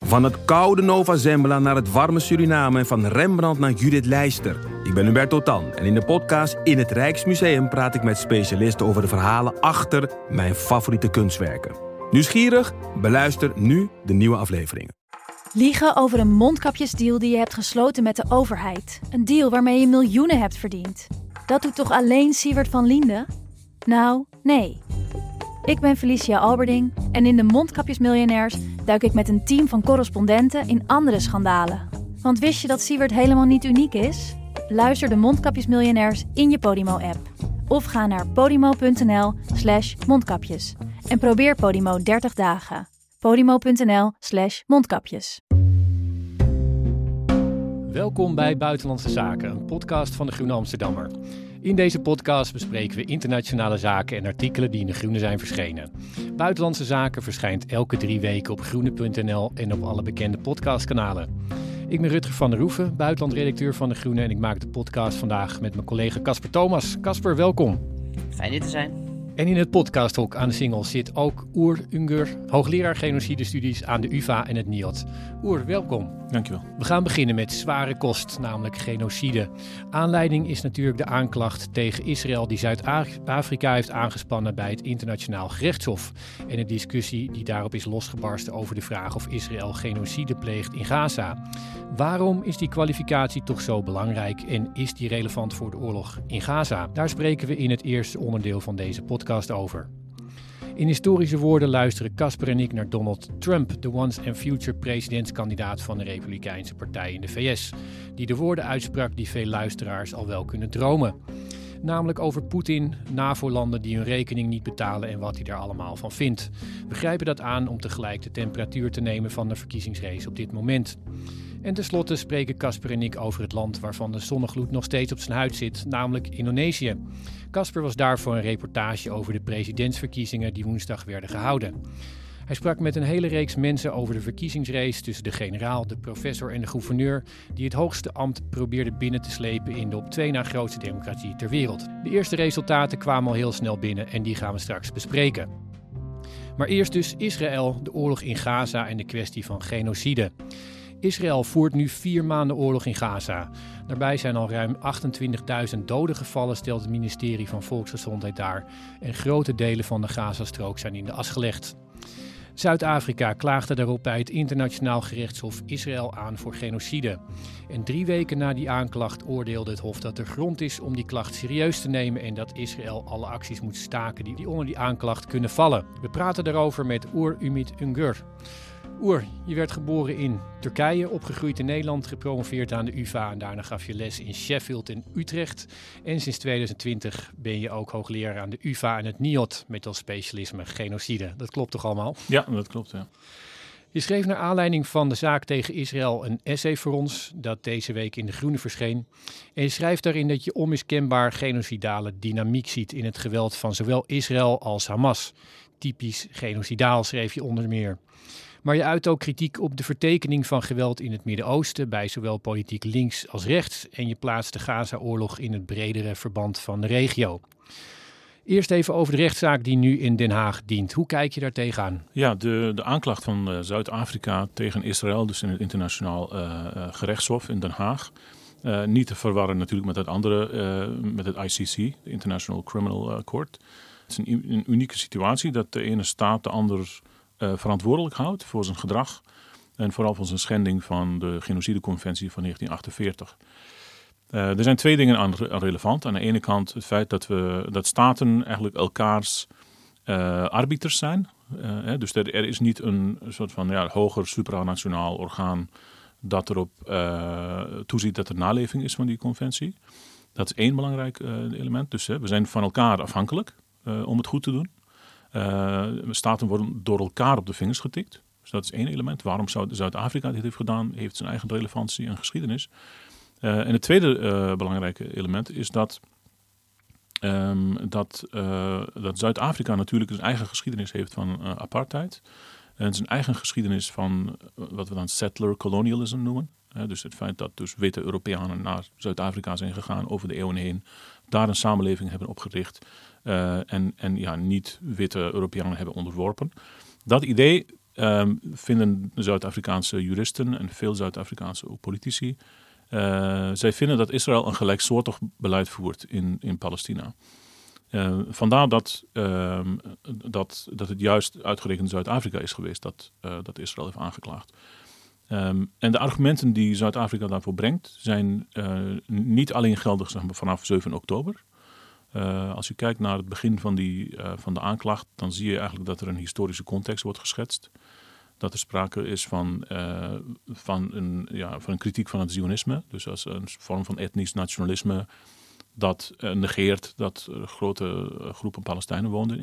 Van het koude Nova Zembla naar het warme Suriname en van Rembrandt naar Judith Leyster. Ik ben Hubert Totan en in de podcast In het Rijksmuseum praat ik met specialisten over de verhalen achter mijn favoriete kunstwerken. Nieuwsgierig? Beluister nu de nieuwe afleveringen. Liegen over een mondkapjesdeal die je hebt gesloten met de overheid. Een deal waarmee je miljoenen hebt verdiend. Dat doet toch alleen Siewert van Liende? Nou, nee. Ik ben Felicia Alberding en in de Mondkapjesmiljonairs duik ik met een team van correspondenten in andere schandalen. Want wist je dat Siewert helemaal niet uniek is? Luister de Mondkapjesmiljonairs in je Podimo-app. Of ga naar podimo.nl/mondkapjes. En probeer Podimo 30 dagen. podimo.nl/mondkapjes. Welkom bij Buitenlandse Zaken, een podcast van de Groene Amsterdammer. In deze podcast bespreken we internationale zaken en artikelen die in de Groene zijn verschenen. Buitenlandse Zaken verschijnt elke 3 weken op groene.nl en op alle bekende podcastkanalen. Ik ben Rutger van der Roeven, buitenlandredacteur van de Groene en ik maak de podcast vandaag met mijn collega Casper Thomas. Casper, welkom. Fijn hier te zijn. En in het podcasthok aan de Singel zit ook Oer Ungur, hoogleraar genocidestudies aan de UvA en het NIOD. Oer, welkom. Dankjewel. We gaan beginnen met zware kost, namelijk genocide. Aanleiding is natuurlijk de aanklacht tegen Israël die Zuid-Afrika heeft aangespannen bij het Internationaal Gerechtshof. En de discussie die daarop is losgebarsten over de vraag of Israël genocide pleegt in Gaza. Waarom is die kwalificatie toch zo belangrijk en is die relevant voor de oorlog in Gaza? Daar spreken we in het eerste onderdeel van deze podcast over. In historische woorden luisteren Casper en ik naar Donald Trump, de once and future presidentskandidaat van de Republikeinse Partij in de VS, die de woorden uitsprak die veel luisteraars al wel kunnen dromen. Namelijk over Poetin, NAVO-landen die hun rekening niet betalen en wat hij daar allemaal van vindt. We grijpen dat aan om tegelijk de temperatuur te nemen van de verkiezingsrace op dit moment. En tenslotte spreken Casper en ik over het land waarvan de zonnegloed nog steeds op zijn huid zit, namelijk Indonesië. Casper was daar voor een reportage over de presidentsverkiezingen die woensdag werden gehouden. Hij sprak met een hele reeks mensen over de verkiezingsrace tussen de generaal, de professor en de gouverneur die het hoogste ambt probeerde binnen te slepen in de op 2 na grootste democratie ter wereld. De eerste resultaten kwamen al heel snel binnen en die gaan we straks bespreken. Maar eerst dus Israël, de oorlog in Gaza en de kwestie van genocide. Israël voert nu 4 maanden oorlog in Gaza. Daarbij zijn al ruim 28.000 doden gevallen, stelt het ministerie van Volksgezondheid daar. En grote delen van de Gazastrook zijn in de as gelegd. Zuid-Afrika klaagde daarop bij het Internationaal Gerechtshof Israël aan voor genocide. En 3 weken na die aanklacht oordeelde het hof dat er grond is om die klacht serieus te nemen en dat Israël alle acties moet staken die onder die aanklacht kunnen vallen. We praten daarover met Oer Ümit Ungur. Oer, je werd geboren in Turkije, opgegroeid in Nederland, gepromoveerd aan de UvA en daarna gaf je les in Sheffield en Utrecht. En sinds 2020 ben je ook hoogleraar aan de UvA en het NIOD met als specialisme genocide. Dat klopt toch allemaal? Ja, dat klopt, ja. Je schreef naar aanleiding van de zaak tegen Israël een essay voor ons, dat deze week in De Groene verscheen. En je schrijft daarin dat je onmiskenbaar genocidale dynamiek ziet in het geweld van zowel Israël als Hamas. Typisch genocidaal, schreef je onder meer. Maar je uit ook kritiek op de vertekening van geweld in het Midden-Oosten bij zowel politiek links als rechts en je plaatst de Gaza-oorlog in het bredere verband van de regio. Eerst even over de rechtszaak die nu in Den Haag dient. Hoe kijk je daar tegenaan? Ja, de aanklacht van Zuid-Afrika tegen Israël, dus in het Internationaal Gerechtshof in Den Haag. Niet te verwarren natuurlijk met het andere, met het ICC, de International Criminal Court. Het is een unieke situatie dat de ene staat de ander verantwoordelijk houdt voor zijn gedrag en vooral voor zijn schending van de genocideconventie van 1948. Er zijn 2 dingen aan relevant. Aan de ene kant het feit dat staten eigenlijk elkaars arbiters zijn. Dus er is niet een soort van hoger supranationaal orgaan dat erop toeziet dat er naleving is van die conventie. Dat is 1 belangrijk element. Dus we zijn van elkaar afhankelijk om het goed te doen. Staten worden door elkaar op de vingers getikt. Dus dat is 1 element. Waarom Zuid-Afrika dit heeft gedaan, heeft zijn eigen relevantie en geschiedenis. En het tweede belangrijke element is dat Zuid-Afrika natuurlijk zijn eigen geschiedenis heeft van apartheid. En zijn eigen geschiedenis van wat we dan settler colonialism noemen. Dus het feit dat dus witte Europeanen naar Zuid-Afrika zijn gegaan over de eeuwen heen. Daar een samenleving hebben opgericht. En niet witte Europeanen hebben onderworpen. Dat idee vinden de Zuid-Afrikaanse juristen en veel Zuid-Afrikaanse politici, zij vinden dat Israël een gelijksoortig beleid voert in Palestina. Vandaar dat het juist uitgerekend Zuid-Afrika is geweest dat Israël heeft aangeklaagd. En de argumenten die Zuid-Afrika daarvoor brengt zijn niet alleen geldig zeg maar, vanaf 7 oktober. Als je kijkt naar het begin van de aanklacht, dan zie je eigenlijk dat er een historische context wordt geschetst. Dat er sprake is van een kritiek van het Zionisme, dus als een vorm van etnisch nationalisme dat negeert dat grote groepen Palestijnen woonden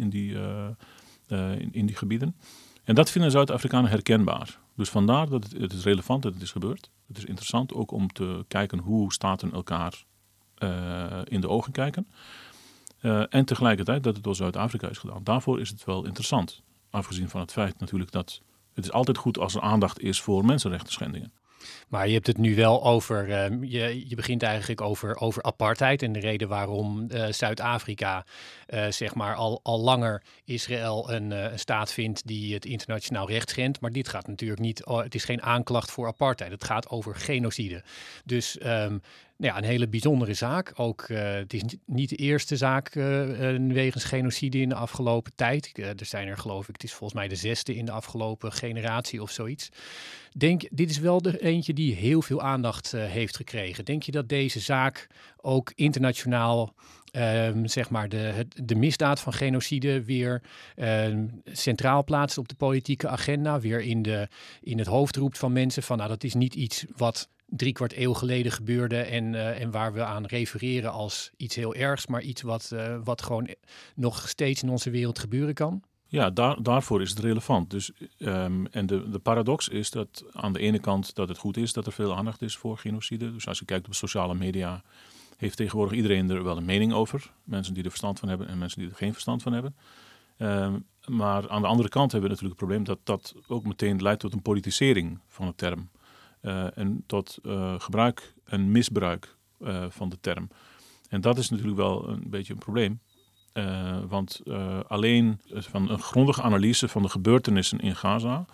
in die gebieden. En dat vinden Zuid-Afrikanen herkenbaar. Dus vandaar dat het is relevant dat het is gebeurd. Het is interessant ook om te kijken hoe staten elkaar in de ogen kijken. En tegelijkertijd dat het door Zuid-Afrika is gedaan. Daarvoor is het wel interessant. Afgezien van het feit natuurlijk dat het is altijd goed als er aandacht is voor mensenrechten schendingen. Maar je hebt het nu wel over, je begint eigenlijk over apartheid en de reden waarom Zuid-Afrika zeg maar al langer Israël een staat vindt die het internationaal recht schendt. Maar dit gaat natuurlijk niet, het is geen aanklacht voor apartheid, het gaat over genocide. Dus een hele bijzondere zaak. Ook, het is niet de eerste zaak wegens genocide in de afgelopen tijd. Er zijn er geloof ik, het is volgens mij de 6e in de afgelopen generatie of zoiets. Dit is wel de eentje die heel veel aandacht heeft gekregen. Denk je dat deze zaak ook internationaal zeg maar de misdaad van genocide weer centraal plaatst op de politieke agenda? Weer in het hoofd roept van mensen van dat is niet iets wat 3/4 eeuw geleden gebeurde en waar we aan refereren als iets heel ergs, maar iets wat gewoon nog steeds in onze wereld gebeuren kan? Ja, daarvoor is het relevant. Dus, en de paradox is dat aan de ene kant dat het goed is dat er veel aandacht is voor genocide. Dus als je kijkt op sociale media, heeft tegenwoordig iedereen er wel een mening over. Mensen die er verstand van hebben en mensen die er geen verstand van hebben. Maar aan de andere kant hebben we natuurlijk het probleem dat ook meteen leidt tot een politisering van de term. En tot gebruik en misbruik van de term. En dat is natuurlijk wel een beetje een probleem. Want alleen van een grondige analyse van de gebeurtenissen in Gaza,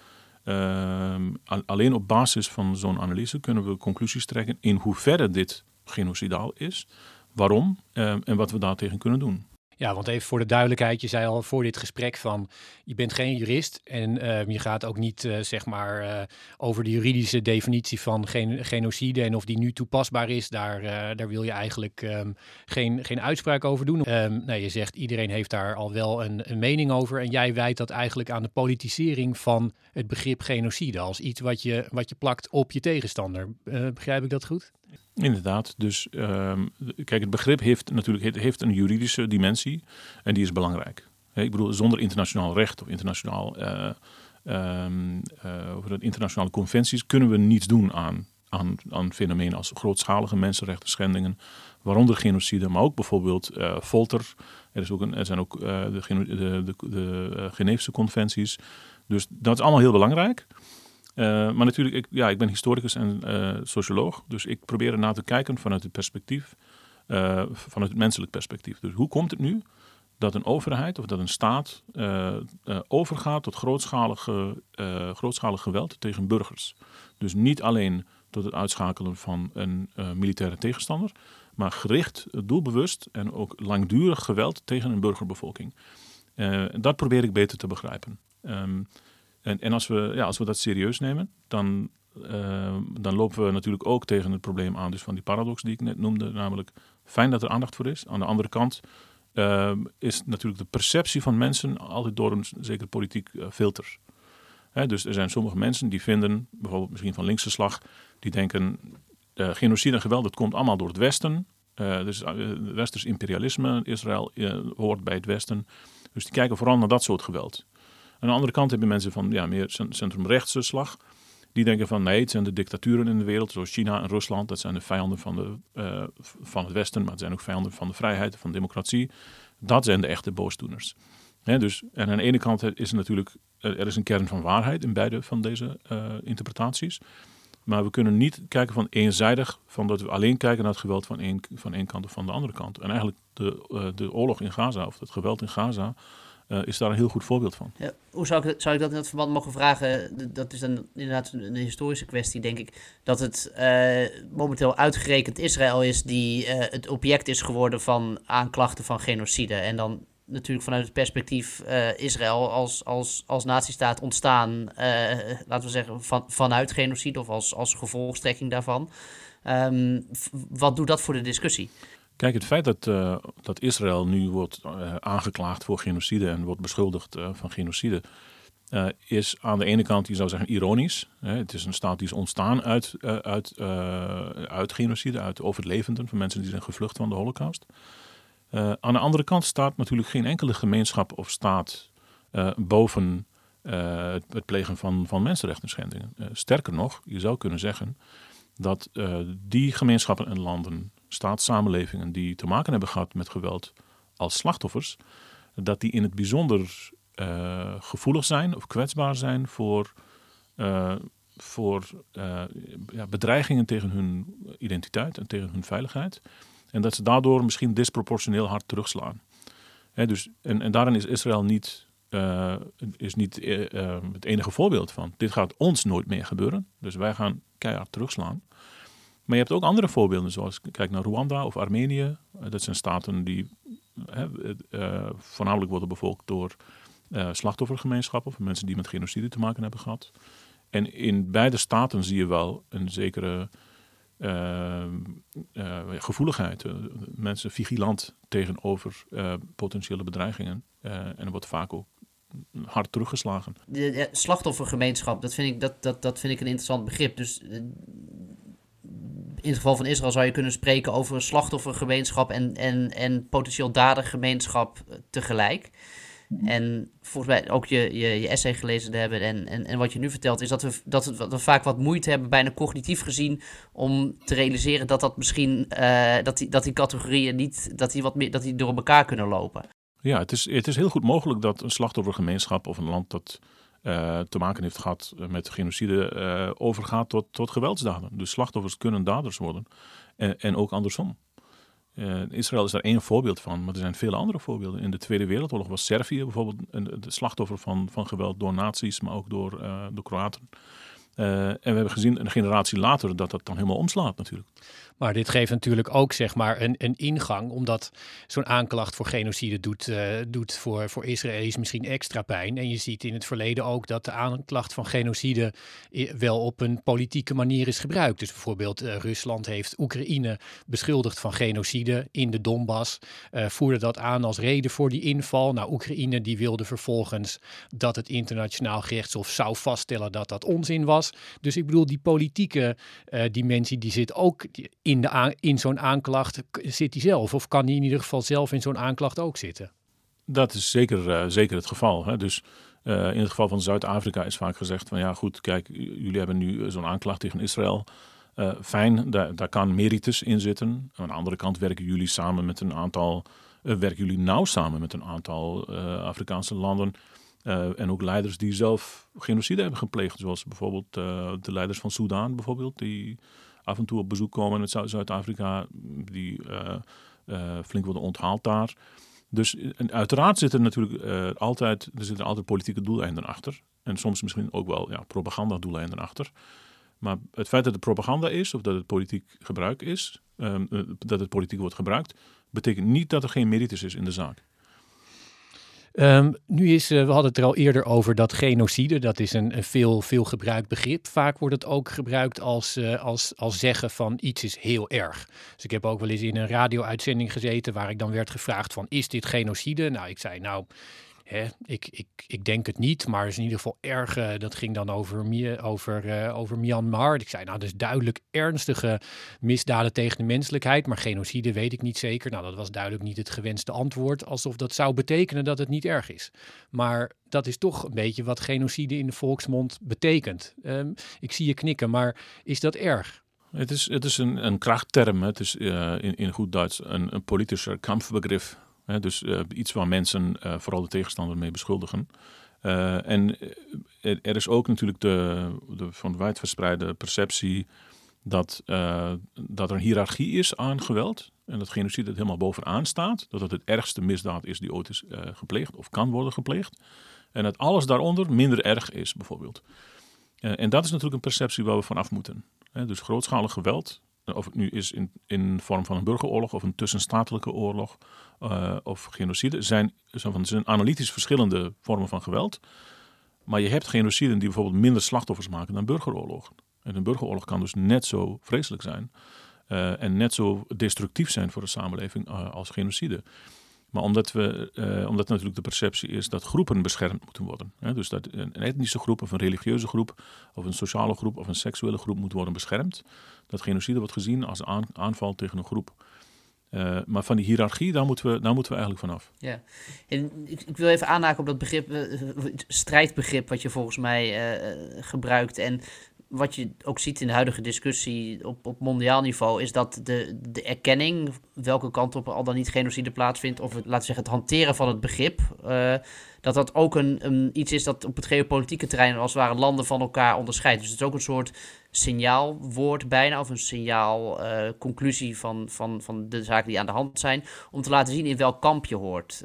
alleen op basis van zo'n analyse kunnen we conclusies trekken in hoeverre dit genocidaal is, waarom en wat we daartegen kunnen doen. Ja, want even voor de duidelijkheid, je zei al voor dit gesprek van je bent geen jurist en je gaat ook niet zeg maar over de juridische definitie van genocide en of die nu toepasbaar is, daar wil je eigenlijk geen uitspraak over doen. Je zegt iedereen heeft daar al wel een mening over en jij wijt dat eigenlijk aan de politisering van het begrip genocide als iets wat je plakt op je tegenstander. Begrijp ik dat goed? Inderdaad, dus kijk, het begrip heeft een juridische dimensie en die is belangrijk. Ik bedoel, zonder internationaal recht of internationale conventies kunnen we niets doen aan fenomenen als grootschalige mensenrechten schendingen, waaronder genocide, maar ook bijvoorbeeld folter. Er zijn ook de Geneefse conventies. Dus dat is allemaal heel belangrijk. Maar natuurlijk, ik ben historicus en socioloog, dus ik probeer ernaar te kijken vanuit het perspectief, vanuit het menselijk perspectief. Dus hoe komt het nu dat een overheid of dat een staat overgaat tot grootschalig geweld tegen burgers? Dus niet alleen tot het uitschakelen van een militaire tegenstander, maar gericht, doelbewust en ook langdurig geweld tegen een burgerbevolking. Dat probeer ik beter te begrijpen. En als we dat serieus nemen, dan lopen we natuurlijk ook tegen het probleem aan dus van die paradox die ik net noemde. Namelijk, fijn dat er aandacht voor is. Aan de andere kant is natuurlijk de perceptie van mensen altijd door een zeker politiek filter. Dus er zijn sommige mensen die vinden, bijvoorbeeld misschien van linkse slag, die denken genocide en geweld, dat komt allemaal door het Westen. Dus westers imperialisme, Israël hoort bij het Westen. Dus die kijken vooral naar dat soort geweld. Aan de andere kant hebben mensen van meer centrumrechtse slag. Die denken van nee, het zijn de dictaturen in de wereld, zoals China en Rusland. Dat zijn de vijanden van het Westen, maar het zijn ook vijanden van de vrijheid, van democratie. Dat zijn de echte boosdoeners. Dus, en aan de ene kant is er natuurlijk een kern van waarheid in beide van deze interpretaties. Maar we kunnen niet kijken van eenzijdig, van dat we alleen kijken naar het geweld van één kant of van de andere kant. En eigenlijk de oorlog in Gaza, of het geweld in Gaza, is daar een heel goed voorbeeld van. Ja, hoe zou ik dat in dat verband mogen vragen? Dat is dan inderdaad een historische kwestie, denk ik. Dat het momenteel uitgerekend Israël is die het object is geworden van aanklachten van genocide. En dan natuurlijk vanuit het perspectief Israël als natiestaat ontstaan, laten we zeggen, vanuit genocide of als gevolgtrekking daarvan. Wat doet dat voor de discussie? Kijk, het feit dat Israël nu wordt aangeklaagd voor genocide en wordt beschuldigd van genocide, is aan de ene kant, je zou zeggen, ironisch. Het is een staat die is ontstaan uit genocide, uit overlevenden van mensen die zijn gevlucht van de Holocaust. Aan de andere kant staat natuurlijk geen enkele gemeenschap of staat boven het plegen van mensenrechtenschendingen. Sterker nog, je zou kunnen zeggen dat die gemeenschappen en landen, staatssamenlevingen die te maken hebben gehad met geweld als slachtoffers, dat die in het bijzonder gevoelig zijn of kwetsbaar zijn voor bedreigingen tegen hun identiteit en tegen hun veiligheid. En dat ze daardoor misschien disproportioneel hard terugslaan. Dus daarin is Israël niet het enige voorbeeld van. Dit gaat ons nooit meer gebeuren. Dus wij gaan keihard terugslaan. Maar je hebt ook andere voorbeelden, zoals kijk naar Rwanda of Armenië. Dat zijn staten die voornamelijk worden bevolkt door slachtoffergemeenschappen, of mensen die met genocide te maken hebben gehad. En in beide staten zie je wel een zekere gevoeligheid. Mensen vigilant tegenover potentiële bedreigingen. En er wordt vaak ook hard teruggeslagen. De slachtoffergemeenschap, dat vind ik een interessant begrip. Dus in het geval van Israël zou je kunnen spreken over een slachtoffergemeenschap en potentieel dadergemeenschap tegelijk. En volgens mij ook je essay gelezen te hebben en wat je nu vertelt, is dat we vaak wat moeite hebben, bijna cognitief gezien, om te realiseren dat misschien dat die categorieën niet, dat die door elkaar kunnen lopen. Ja, het is heel goed mogelijk dat een slachtoffergemeenschap of een land dat te maken heeft gehad met genocide overgaat tot geweldsdaden. Dus slachtoffers kunnen daders worden en ook andersom. Israël is daar één voorbeeld van, maar er zijn vele andere voorbeelden. In de Tweede Wereldoorlog was Servië bijvoorbeeld het slachtoffer van geweld door nazi's, maar ook door Kroaten. En we hebben gezien een generatie later dat dan helemaal omslaat natuurlijk. Maar dit geeft natuurlijk ook zeg maar een ingang, omdat zo'n aanklacht voor genocide doet voor Israëli's misschien extra pijn. En je ziet in het verleden ook dat de aanklacht van genocide wel op een politieke manier is gebruikt. Dus bijvoorbeeld Rusland heeft Oekraïne beschuldigd van genocide in de Donbass. Voerde dat aan als reden voor die inval. Nou, Oekraïne die wilde vervolgens dat het internationaal gerechtshof zou vaststellen dat dat onzin was. Dus ik bedoel, die politieke dimensie die zit ook in zo'n aanklacht, zit die zelf? Of kan die in ieder geval zelf in zo'n aanklacht ook zitten? Dat is zeker het geval. Hè? Dus in het geval van Zuid-Afrika is vaak gezegd van ja goed, kijk, jullie hebben nu zo'n aanklacht tegen Israël. Fijn, daar kan meritus in zitten. Aan de andere kant werken jullie nauw samen met een aantal Afrikaanse landen. En ook leiders die zelf genocide hebben gepleegd. Zoals bijvoorbeeld de leiders van Soedan bijvoorbeeld. Die af en toe op bezoek komen uit Zuid-Afrika. Die flink worden onthaald daar. Dus uiteraard zitten natuurlijk altijd politieke doeleinden achter. En soms misschien ook wel propagandadoeleinden achter. Maar het feit dat het propaganda is of dat het politiek gebruik is. Dat het politiek wordt gebruikt. Betekent niet dat er geen meritus is in de zaak. We hadden het er al eerder over dat genocide, dat is een veel gebruikt begrip. Vaak wordt het ook gebruikt als zeggen van iets is heel erg. Dus ik heb ook wel eens in een radio-uitzending gezeten waar ik dan werd gevraagd van is dit genocide? Nou, ik zei ik denk het niet, maar het is in ieder geval erg. Dat ging dan over Myanmar. Ik zei, dat is duidelijk ernstige misdaden tegen de menselijkheid, maar genocide weet ik niet zeker. Nou, dat was duidelijk niet het gewenste antwoord, alsof dat zou betekenen dat het niet erg is. Maar dat is toch een beetje wat genocide in de volksmond betekent. Ik zie je knikken, maar is dat erg? Het is een krachtterm. Het is in goed Duits een politischer kampfbegrif. Dus iets waar mensen vooral de tegenstander mee beschuldigen. En er is ook natuurlijk de van wijdverspreide perceptie dat er een hiërarchie is aan geweld. En dat genocide het helemaal bovenaan staat. Dat het ergste misdaad is die ooit is gepleegd of kan worden gepleegd. En dat alles daaronder minder erg is bijvoorbeeld. En dat is natuurlijk een perceptie waar we vanaf moeten. Dus grootschalig geweld, of het nu is in vorm van een burgeroorlog of een tussenstatelijke oorlog of genocide, zijn analytisch verschillende vormen van geweld. Maar je hebt genociden die bijvoorbeeld minder slachtoffers maken dan burgeroorlogen. En een burgeroorlog kan dus net zo vreselijk zijn en net zo destructief zijn voor de samenleving als genocide. Maar omdat natuurlijk de perceptie is dat groepen beschermd moeten worden. Dus dat een etnische groep of een religieuze groep of een sociale groep of een seksuele groep moet worden beschermd. Dat genocide wordt gezien als aanval tegen een groep. Maar van die hiërarchie, daar moeten we eigenlijk vanaf. Ja, en ik wil even aanhaken op dat begrip, strijdbegrip wat je volgens mij gebruikt. En wat je ook ziet in de huidige discussie op mondiaal niveau, is dat de erkenning, welke kant op al dan niet genocide plaatsvindt, of laten we zeggen het hanteren van het begrip, dat ook iets is dat op het geopolitieke terrein als het ware landen van elkaar onderscheidt. Dus het is ook een soort signaalwoord bijna, of een signaalconclusie van de zaken die aan de hand zijn, om te laten zien in welk kamp je hoort.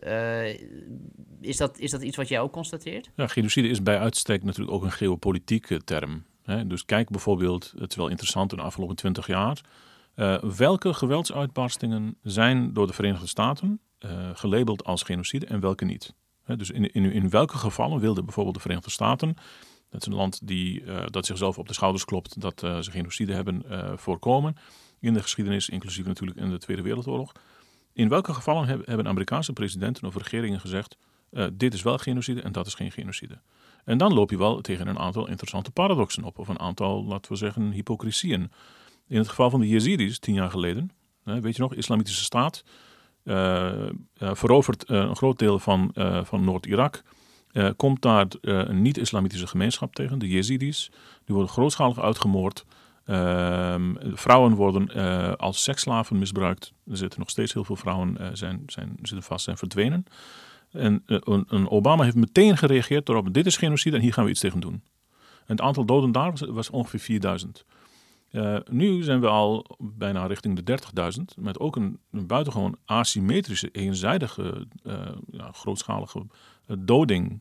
Is dat iets wat jij ook constateert? Ja, genocide is bij uitstek natuurlijk ook een geopolitieke term. Dus kijk bijvoorbeeld, het is wel interessant in de afgelopen 20 jaar, welke geweldsuitbarstingen zijn door de Verenigde Staten gelabeld als genocide en welke niet. Dus in welke gevallen wilden bijvoorbeeld de Verenigde Staten, dat is een land dat zichzelf op de schouders klopt dat ze genocide hebben voorkomen in de geschiedenis, inclusief natuurlijk in de Tweede Wereldoorlog. In welke gevallen hebben Amerikaanse presidenten of regeringen gezegd, dit is wel genocide en dat is geen genocide. En dan loop je wel tegen een aantal interessante paradoxen op. Of een aantal, laten we zeggen, hypocrisieën. In het geval van de Jezidis, 10 jaar geleden. Weet je nog, Islamitische Staat. Verovert een groot deel van Noord-Irak. Komt daar een niet-islamitische gemeenschap tegen, de Jezidis. Die worden grootschalig uitgemoord. Vrouwen worden als seksslaven misbruikt. Er zitten nog steeds heel veel vrouwen zitten vast, zijn verdwenen. En Obama heeft meteen gereageerd daarop. Dit is genocide en hier gaan we iets tegen doen. En het aantal doden daar was ongeveer 4000. Nu zijn we al bijna richting de 30.000. Met ook een buitengewoon asymmetrische, eenzijdige, grootschalige doding.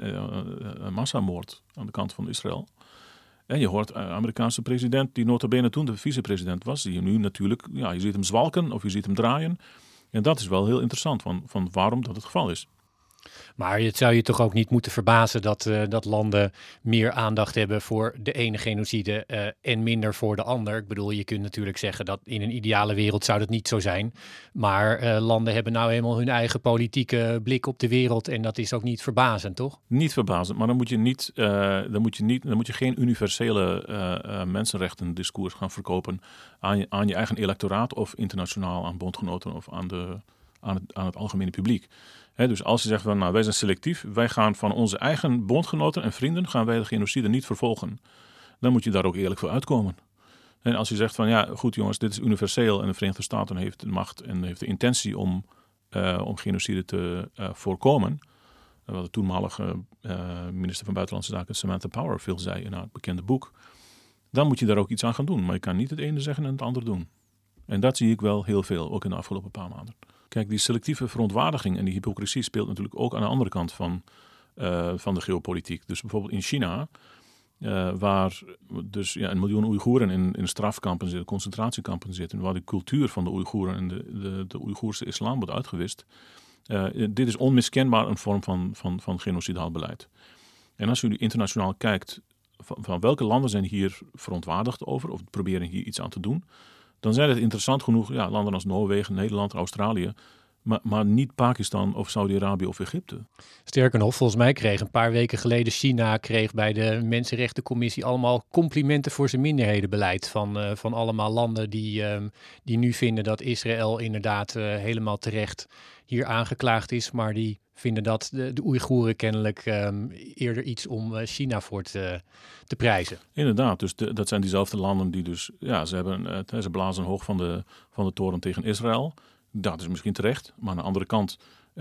Massamoord aan de kant van Israël. En je hoort een Amerikaanse president die nota bene toen de vicepresident was. Die je nu natuurlijk, je ziet hem zwalken of je ziet hem draaien. En dat is wel heel interessant van waarom dat het geval is. Maar het zou je toch ook niet moeten verbazen dat landen meer aandacht hebben voor de ene genocide en minder voor de ander. Ik bedoel, je kunt natuurlijk zeggen dat in een ideale wereld zou dat niet zo zijn. Maar landen hebben nou eenmaal hun eigen politieke blik op de wereld en dat is ook niet verbazend, toch? Niet verbazend, maar dan moet je geen universele mensenrechten discours gaan verkopen aan je eigen electoraat of internationaal aan bondgenoten of aan het algemene publiek. Dus als je zegt van wij zijn selectief, wij gaan van onze eigen bondgenoten en vrienden gaan wij de genocide niet vervolgen. Dan moet je daar ook eerlijk voor uitkomen. En als je zegt van goed jongens, dit is universeel en de Verenigde Staten heeft de macht en heeft de intentie om genocide te voorkomen. Wat de toenmalige minister van Buitenlandse Zaken Samantha Power veel zei in haar bekende boek. Dan moet je daar ook iets aan gaan doen. Maar je kan niet het ene zeggen en het andere doen. En dat zie ik wel heel veel, ook in de afgelopen paar maanden. Kijk, die selectieve verontwaardiging en die hypocrisie speelt natuurlijk ook aan de andere kant van de geopolitiek. Dus bijvoorbeeld in China, waar dus 1 miljoen Oeigoeren in strafkampen zitten, concentratiekampen zitten, waar de cultuur van de Oeigoeren en de Oeigoerse islam wordt uitgewist. Dit is onmiskenbaar een vorm van genocidaal beleid. En als u nu internationaal kijkt, van welke landen zijn hier verontwaardigd over of proberen hier iets aan te doen, dan zijn het interessant genoeg landen als Noorwegen, Nederland, Australië, maar niet Pakistan of Saudi-Arabië of Egypte. Sterker nog, volgens mij kreeg een paar weken geleden China bij de Mensenrechtencommissie allemaal complimenten voor zijn minderhedenbeleid van allemaal landen die nu vinden dat Israël inderdaad helemaal terecht hier aangeklaagd is, maar die vinden dat de Oeigoeren kennelijk eerder iets om China voor te prijzen. Inderdaad, dus dat zijn diezelfde landen die dus, ze blazen hoog van de toren tegen Israël. Dat is misschien terecht, maar aan de andere kant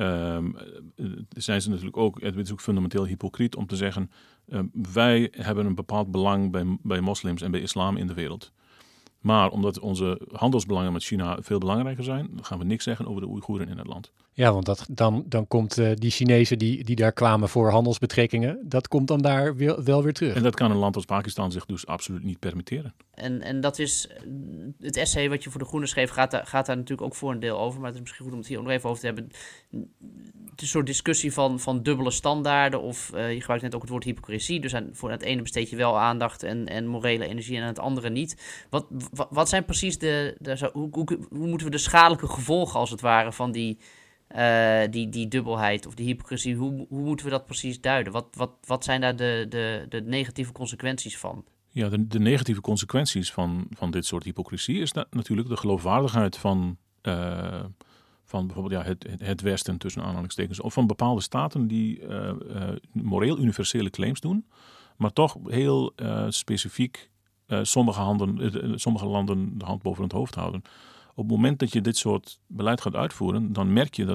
zijn ze natuurlijk ook, het is ook fundamenteel hypocriet om te zeggen, wij hebben een bepaald belang bij moslims en bij islam in de wereld. Maar omdat onze handelsbelangen met China veel belangrijker zijn, gaan we niks zeggen over de Oeigoeren in het land. Ja, want dan komt die Chinezen die daar kwamen voor handelsbetrekkingen, dat komt dan daar wel weer terug. En dat kan een land als Pakistan zich dus absoluut niet permitteren. En dat is, het essay wat je voor de Groenen schreef, gaat daar natuurlijk ook voor een deel over. Maar het is misschien goed om het hier nog even over te hebben. Het is een soort discussie van dubbele standaarden. Of je gebruikt net ook het woord hypocrisie. Dus voor het ene besteed je wel aandacht en morele energie en aan het andere niet. Wat zijn precies hoe moeten we de schadelijke gevolgen als het ware van die dubbelheid of die hypocrisie, hoe moeten we dat precies duiden? Wat zijn daar de negatieve consequenties van? Ja, de negatieve consequenties van dit soort hypocrisie is natuurlijk de geloofwaardigheid van bijvoorbeeld het Westen tussen aanhalingstekens, of van bepaalde staten die moreel universele claims doen, maar toch heel specifiek sommige landen de hand boven het hoofd houden. Op het moment dat je dit soort beleid gaat uitvoeren, dan merk je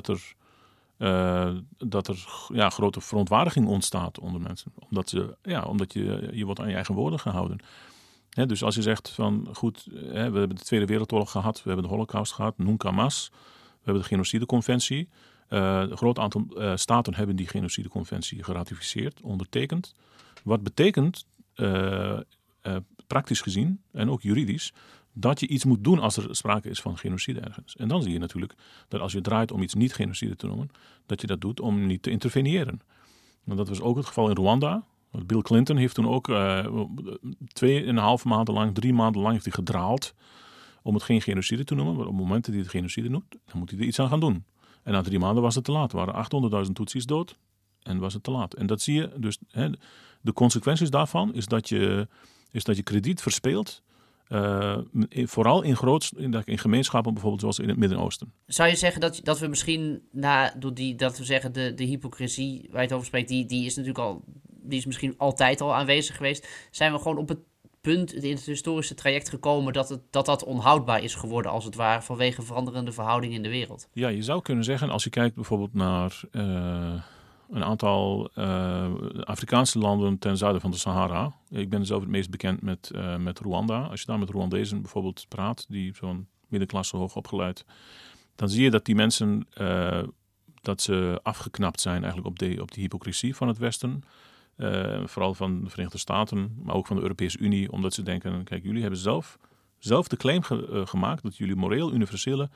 dat er grote verontwaardiging ontstaat onder mensen. Omdat je wordt aan je eigen woorden gehouden. Dus als je zegt van goed, we hebben de Tweede Wereldoorlog gehad, we hebben de Holocaust gehad, Nunca Mas, we hebben de Genocideconventie. Een groot aantal staten hebben die Genocideconventie geratificeerd, ondertekend. Wat betekent, praktisch gezien en ook juridisch, dat je iets moet doen als er sprake is van genocide ergens. En dan zie je natuurlijk dat als je draait om iets niet genocide te noemen, dat je dat doet om niet te interveneren. En dat was ook het geval in Rwanda. Bill Clinton heeft toen ook 2,5 maanden lang, 3 maanden lang heeft hij gedraald om het geen genocide te noemen. Maar op het moment dat hij het genocide noemt, dan moet hij er iets aan gaan doen. En na 3 maanden was het te laat. Er waren 800.000 Tutsis dood en was het te laat. En dat zie je dus. De consequenties daarvan is dat je krediet verspeelt. Vooral in gemeenschappen bijvoorbeeld zoals in het Midden-Oosten. Zou je zeggen dat we misschien de hypocrisie waar je het over spreekt, die is misschien altijd al aanwezig geweest. Zijn we gewoon op het punt in het historische traject gekomen dat onhoudbaar is geworden als het ware vanwege veranderende verhoudingen in de wereld? Ja, je zou kunnen zeggen als je kijkt bijvoorbeeld naar een aantal Afrikaanse landen ten zuiden van de Sahara. Ik ben zelf het meest bekend met Rwanda. Als je daar met Rwandezen bijvoorbeeld praat, die zo'n middenklasse hoog opgeleid, dan zie je dat die mensen dat ze afgeknapt zijn eigenlijk op die hypocrisie van het Westen. Vooral van de Verenigde Staten, maar ook van de Europese Unie, omdat ze denken, kijk, jullie hebben zelf de claim gemaakt dat jullie moreel universele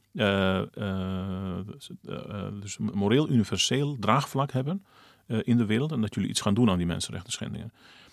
dus moreel universeel draagvlak hebben in de wereld en dat jullie iets gaan doen aan die mensenrechten schendingen.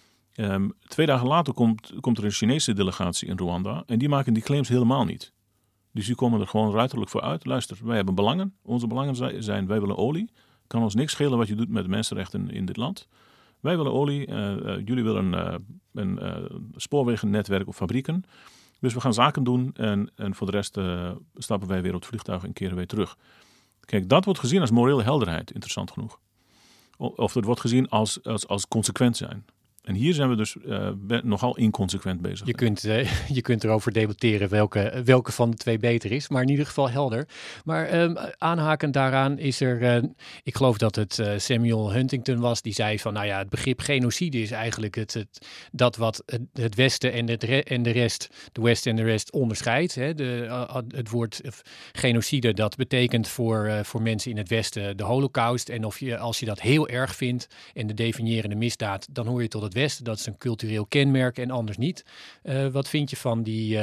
2 dagen later komt er een Chinese delegatie in Rwanda en die maken die claims helemaal niet. Dus die komen er gewoon ruiterlijk voor uit. Luister, wij hebben belangen. Onze belangen zijn, wij willen olie. Kan ons niks schelen wat je doet met de mensenrechten in dit land. Wij willen olie. Jullie willen een spoorwegennetwerk of fabrieken. Dus we gaan zaken doen en voor de rest stappen wij weer op het vliegtuig en keren weer terug. Kijk, dat wordt gezien als morele helderheid, interessant genoeg. Of het wordt gezien als consequent zijn. En hier zijn we dus nogal inconsequent bezig. Je kunt erover debatteren welke van de twee beter is, maar in ieder geval helder. Maar aanhakend daaraan is er, ik geloof dat het Samuel Huntington was, die zei van, nou ja, het begrip genocide is eigenlijk dat wat het Westen en de rest, de West en de rest onderscheidt. Hè? Het woord genocide, dat betekent voor mensen in het Westen de Holocaust. En als je dat heel erg vindt en de definiërende misdaad, dan hoor je tot het Westen. Dat is een cultureel kenmerk en anders niet. Wat vind je van die,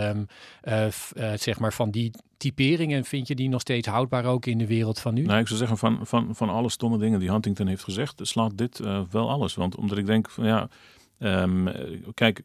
van die typering en vind je die nog steeds houdbaar ook in de wereld van nu? Nou, ik zou zeggen van alle stomme dingen die Huntington heeft gezegd, slaat dit wel alles. Omdat ik denk van ja, kijk,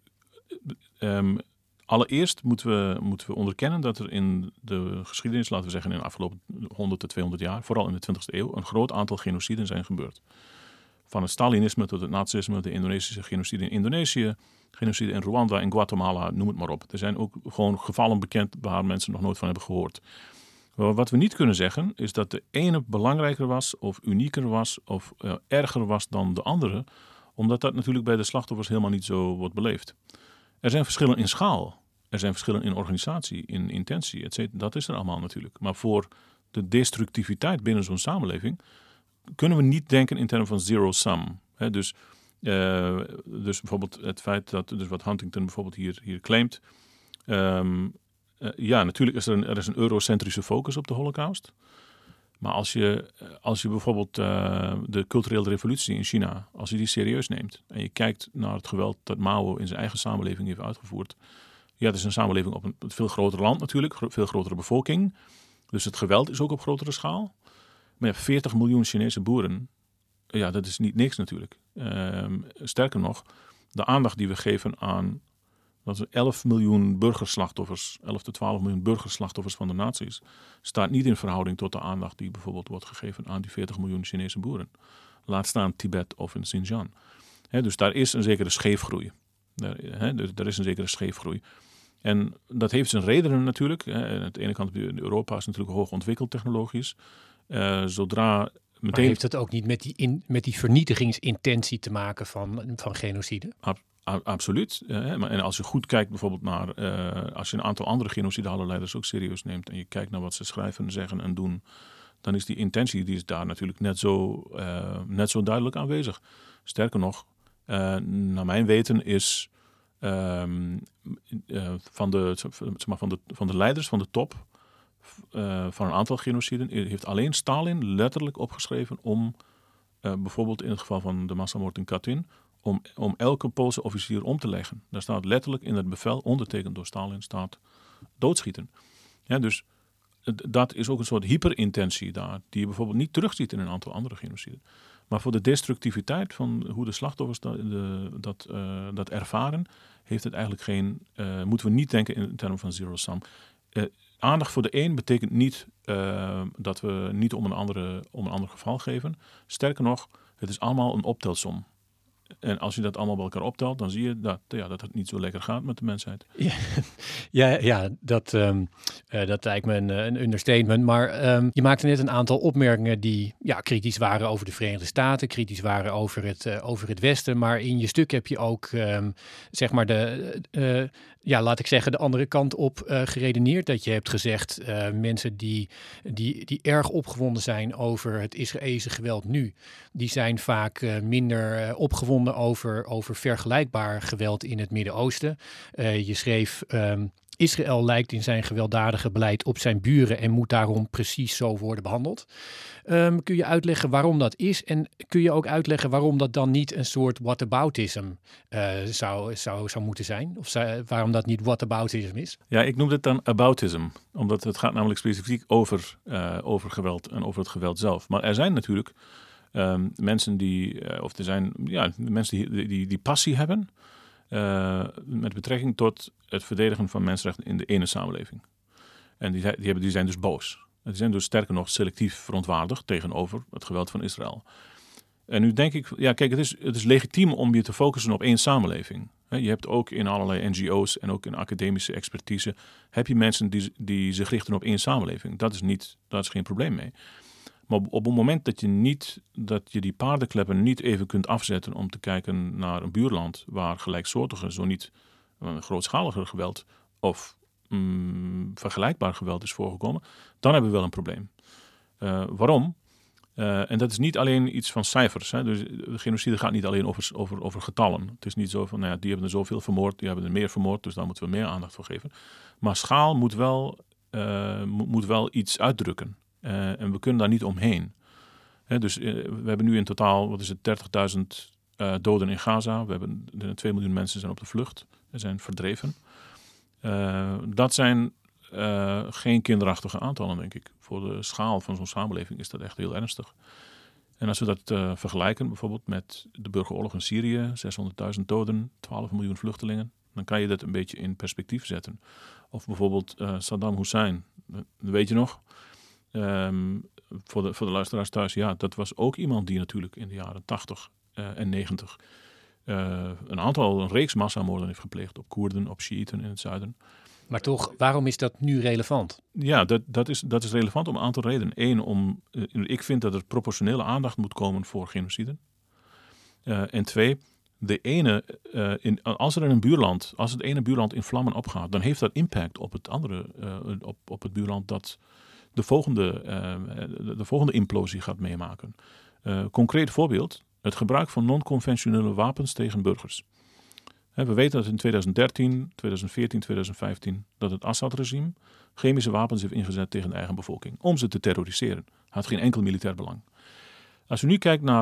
allereerst moeten we onderkennen dat er in de geschiedenis, laten we zeggen in de afgelopen 100 tot 200 jaar, vooral in de 20e eeuw, een groot aantal genociden zijn gebeurd. Van het Stalinisme tot het nazisme, de Indonesische genocide in Indonesië, genocide in Rwanda, in Guatemala, noem het maar op. Er zijn ook gewoon gevallen bekend waar mensen nog nooit van hebben gehoord. Maar wat we niet kunnen zeggen is dat de ene belangrijker was of unieker was of erger was dan de andere, omdat dat natuurlijk bij de slachtoffers helemaal niet zo wordt beleefd. Er zijn verschillen in schaal, er zijn verschillen in organisatie, in intentie, etc. Dat is er allemaal natuurlijk. Maar voor de destructiviteit binnen zo'n samenleving kunnen we niet denken in termen van zero sum. Dus bijvoorbeeld het feit dat, dus wat Huntington bijvoorbeeld hier claimt, Natuurlijk is er is een eurocentrische focus op de Holocaust. Maar als je bijvoorbeeld de culturele revolutie in China, als je die serieus neemt en je kijkt naar het geweld dat Mao in zijn eigen samenleving heeft uitgevoerd. Ja, het is een samenleving op een veel groter land natuurlijk, veel grotere bevolking. Dus het geweld is ook op grotere schaal. Maar je hebt 40 miljoen Chinese boeren. Ja, dat is niet niks natuurlijk. Sterker nog, de aandacht die we geven aan 11 miljoen burgerslachtoffers, 11 tot 12 miljoen burgerslachtoffers van de nazi's, staat niet in verhouding tot de aandacht die bijvoorbeeld wordt gegeven aan die 40 miljoen Chinese boeren. Laat staan Tibet of in Xinjiang. Dus daar is een zekere scheefgroei. Er is een zekere scheefgroei. En dat heeft zijn redenen natuurlijk. Aan de ene kant, Europa is natuurlijk hoog ontwikkeld technologisch. Zodra meteen... Maar heeft het ook niet met die vernietigingsintentie te maken van genocide? Absoluut. En als je goed kijkt bijvoorbeeld naar... als je een aantal andere genocidale leiders ook serieus neemt... en je kijkt naar wat ze schrijven, zeggen en doen... dan is die intentie die is daar natuurlijk net zo duidelijk aanwezig. Sterker nog, naar mijn weten is... van de leiders van de top... van een aantal genociden... heeft alleen Stalin letterlijk opgeschreven om... bijvoorbeeld in het geval van de massamoord in Katyn... om elke Poolse officier om te leggen. Daar staat letterlijk in het bevel, ondertekend door Stalin, staat doodschieten. Ja, dus dat is ook een soort hyperintentie daar, die je bijvoorbeeld niet terugziet in een aantal andere genociden. Maar voor de destructiviteit van hoe de slachtoffers dat ervaren, heeft het eigenlijk moeten we niet denken in termen van zero sum. Aandacht voor de een betekent niet dat we niet om een ander geval geven. Sterker nog, het is allemaal een optelsom. En als je dat allemaal bij elkaar optelt, dan zie je dat het niet zo lekker gaat met de mensheid. Dat lijkt me een understatement. Maar je maakte net een aantal opmerkingen die kritisch waren over de Verenigde Staten, kritisch waren over het Westen. Maar in je stuk heb je ook de andere kant op geredeneerd. Dat je hebt gezegd, mensen die erg opgewonden zijn over het Israëlische geweld nu, die zijn vaak minder opgewonden over vergelijkbaar geweld in het Midden-Oosten. Je schreef... Israël lijkt in zijn gewelddadige beleid op zijn buren en moet daarom precies zo worden behandeld. Kun je uitleggen waarom dat is? En kun je ook uitleggen waarom dat dan niet een soort whataboutism zou moeten zijn? Of waarom dat niet whataboutism is? Ja, ik noem het dan aboutism. Omdat het gaat namelijk specifiek over geweld en over het geweld zelf. Maar er zijn natuurlijk mensen die passie hebben... met betrekking tot het verdedigen van mensenrechten in de ene samenleving. En die zijn dus boos. Die zijn dus sterker nog selectief verontwaardigd tegenover het geweld van Israël. En nu denk ik, het is legitiem om je te focussen op één samenleving. Je hebt ook in allerlei NGO's en ook in academische expertise... heb je mensen die zich richten op één samenleving. Daar is geen probleem mee. Maar op het moment dat je die paardenkleppen niet even kunt afzetten om te kijken naar een buurland waar gelijksoortige, zo niet grootschaliger geweld of vergelijkbaar geweld is voorgekomen, dan hebben we wel een probleem. Waarom? En dat is niet alleen iets van cijfers. Hè? Dus de genocide gaat niet alleen over getallen. Het is niet zo van, die hebben er zoveel vermoord, die hebben er meer vermoord, dus daar moeten we meer aandacht voor geven. Maar schaal moet wel iets uitdrukken. En we kunnen daar niet omheen. Dus we hebben nu in totaal, 30.000 doden in Gaza. We hebben 2 miljoen mensen zijn op de vlucht en zijn verdreven. Dat zijn geen kinderachtige aantallen, denk ik. Voor de schaal van zo'n samenleving is dat echt heel ernstig. En als we dat vergelijken bijvoorbeeld met de burgeroorlog in Syrië, 600.000 doden, 12 miljoen vluchtelingen, dan kan je dat een beetje in perspectief zetten. Of bijvoorbeeld Saddam Hussein, dat weet je nog. Voor de luisteraars thuis, dat was ook iemand die natuurlijk in de jaren 80 en 90 een reeks massamoorden heeft gepleegd op Koerden, op Sjiïten in het zuiden. Maar toch, waarom is dat nu relevant? Ja, dat is relevant om een aantal redenen. Eén, ik vind dat er proportionele aandacht moet komen voor genocide. En twee, als het ene buurland in vlammen opgaat, dan heeft dat impact op het andere, op het buurland dat de volgende implosie gaat meemaken. Concreet voorbeeld, het gebruik van non-conventionele wapens tegen burgers. We weten dat in 2013, 2014, 2015... dat het Assad-regime chemische wapens heeft ingezet tegen de eigen bevolking. Om ze te terroriseren. Had geen enkel militair belang. Als je nu kijkt naar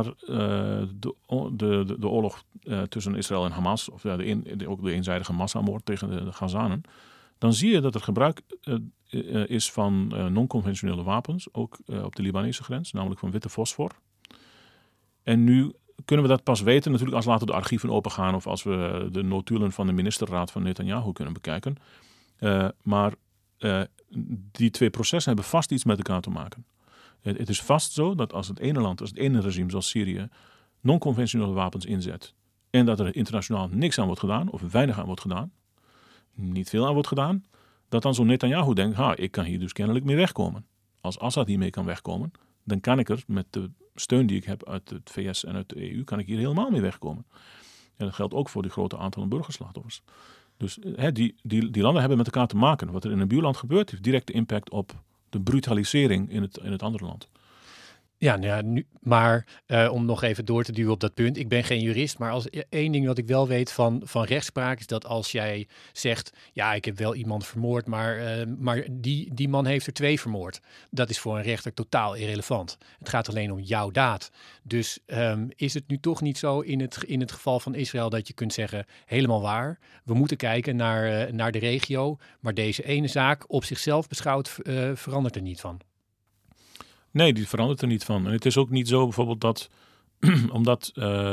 de oorlog tussen Israël en Hamas... of ook de eenzijdige massamoord tegen de Gazanen... dan zie je dat er gebruik is van non-conventionele wapens... ook op de Libanese grens, namelijk van witte fosfor. En nu kunnen we dat pas weten natuurlijk als later de archieven opengaan... of als we de notulen van de ministerraad van Netanyahu kunnen bekijken. Maar die twee processen hebben vast iets met elkaar te maken. Het is vast zo dat als het ene land, als het ene regime zoals Syrië... non-conventionele wapens inzet... en dat er internationaal niks aan wordt gedaan of weinig aan wordt gedaan... niet veel aan wordt gedaan... dat dan zo'n Netanyahu denkt... ik kan hier dus kennelijk mee wegkomen. Als Assad hiermee kan wegkomen... dan kan ik er met de steun die ik heb uit het VS en uit de EU... kan ik hier helemaal mee wegkomen. En dat geldt ook voor die grote aantallen burgerslachtoffers. Dus die landen hebben met elkaar te maken. Wat er in een buurland gebeurt... heeft directe impact op de brutalisering in het andere land. Ja, maar om nog even door te duwen op dat punt. Ik ben geen jurist, maar als één ding wat ik wel weet van rechtspraak... is dat als jij zegt, ja, ik heb wel iemand vermoord... maar die man heeft er 2 vermoord. Dat is voor een rechter totaal irrelevant. Het gaat alleen om jouw daad. Dus is het nu toch niet zo in het geval van Israël... dat je kunt zeggen, helemaal waar. We moeten kijken naar de regio... maar deze ene zaak op zichzelf beschouwd verandert er niet van. Nee, die verandert er niet van. En het is ook niet zo bijvoorbeeld dat... omdat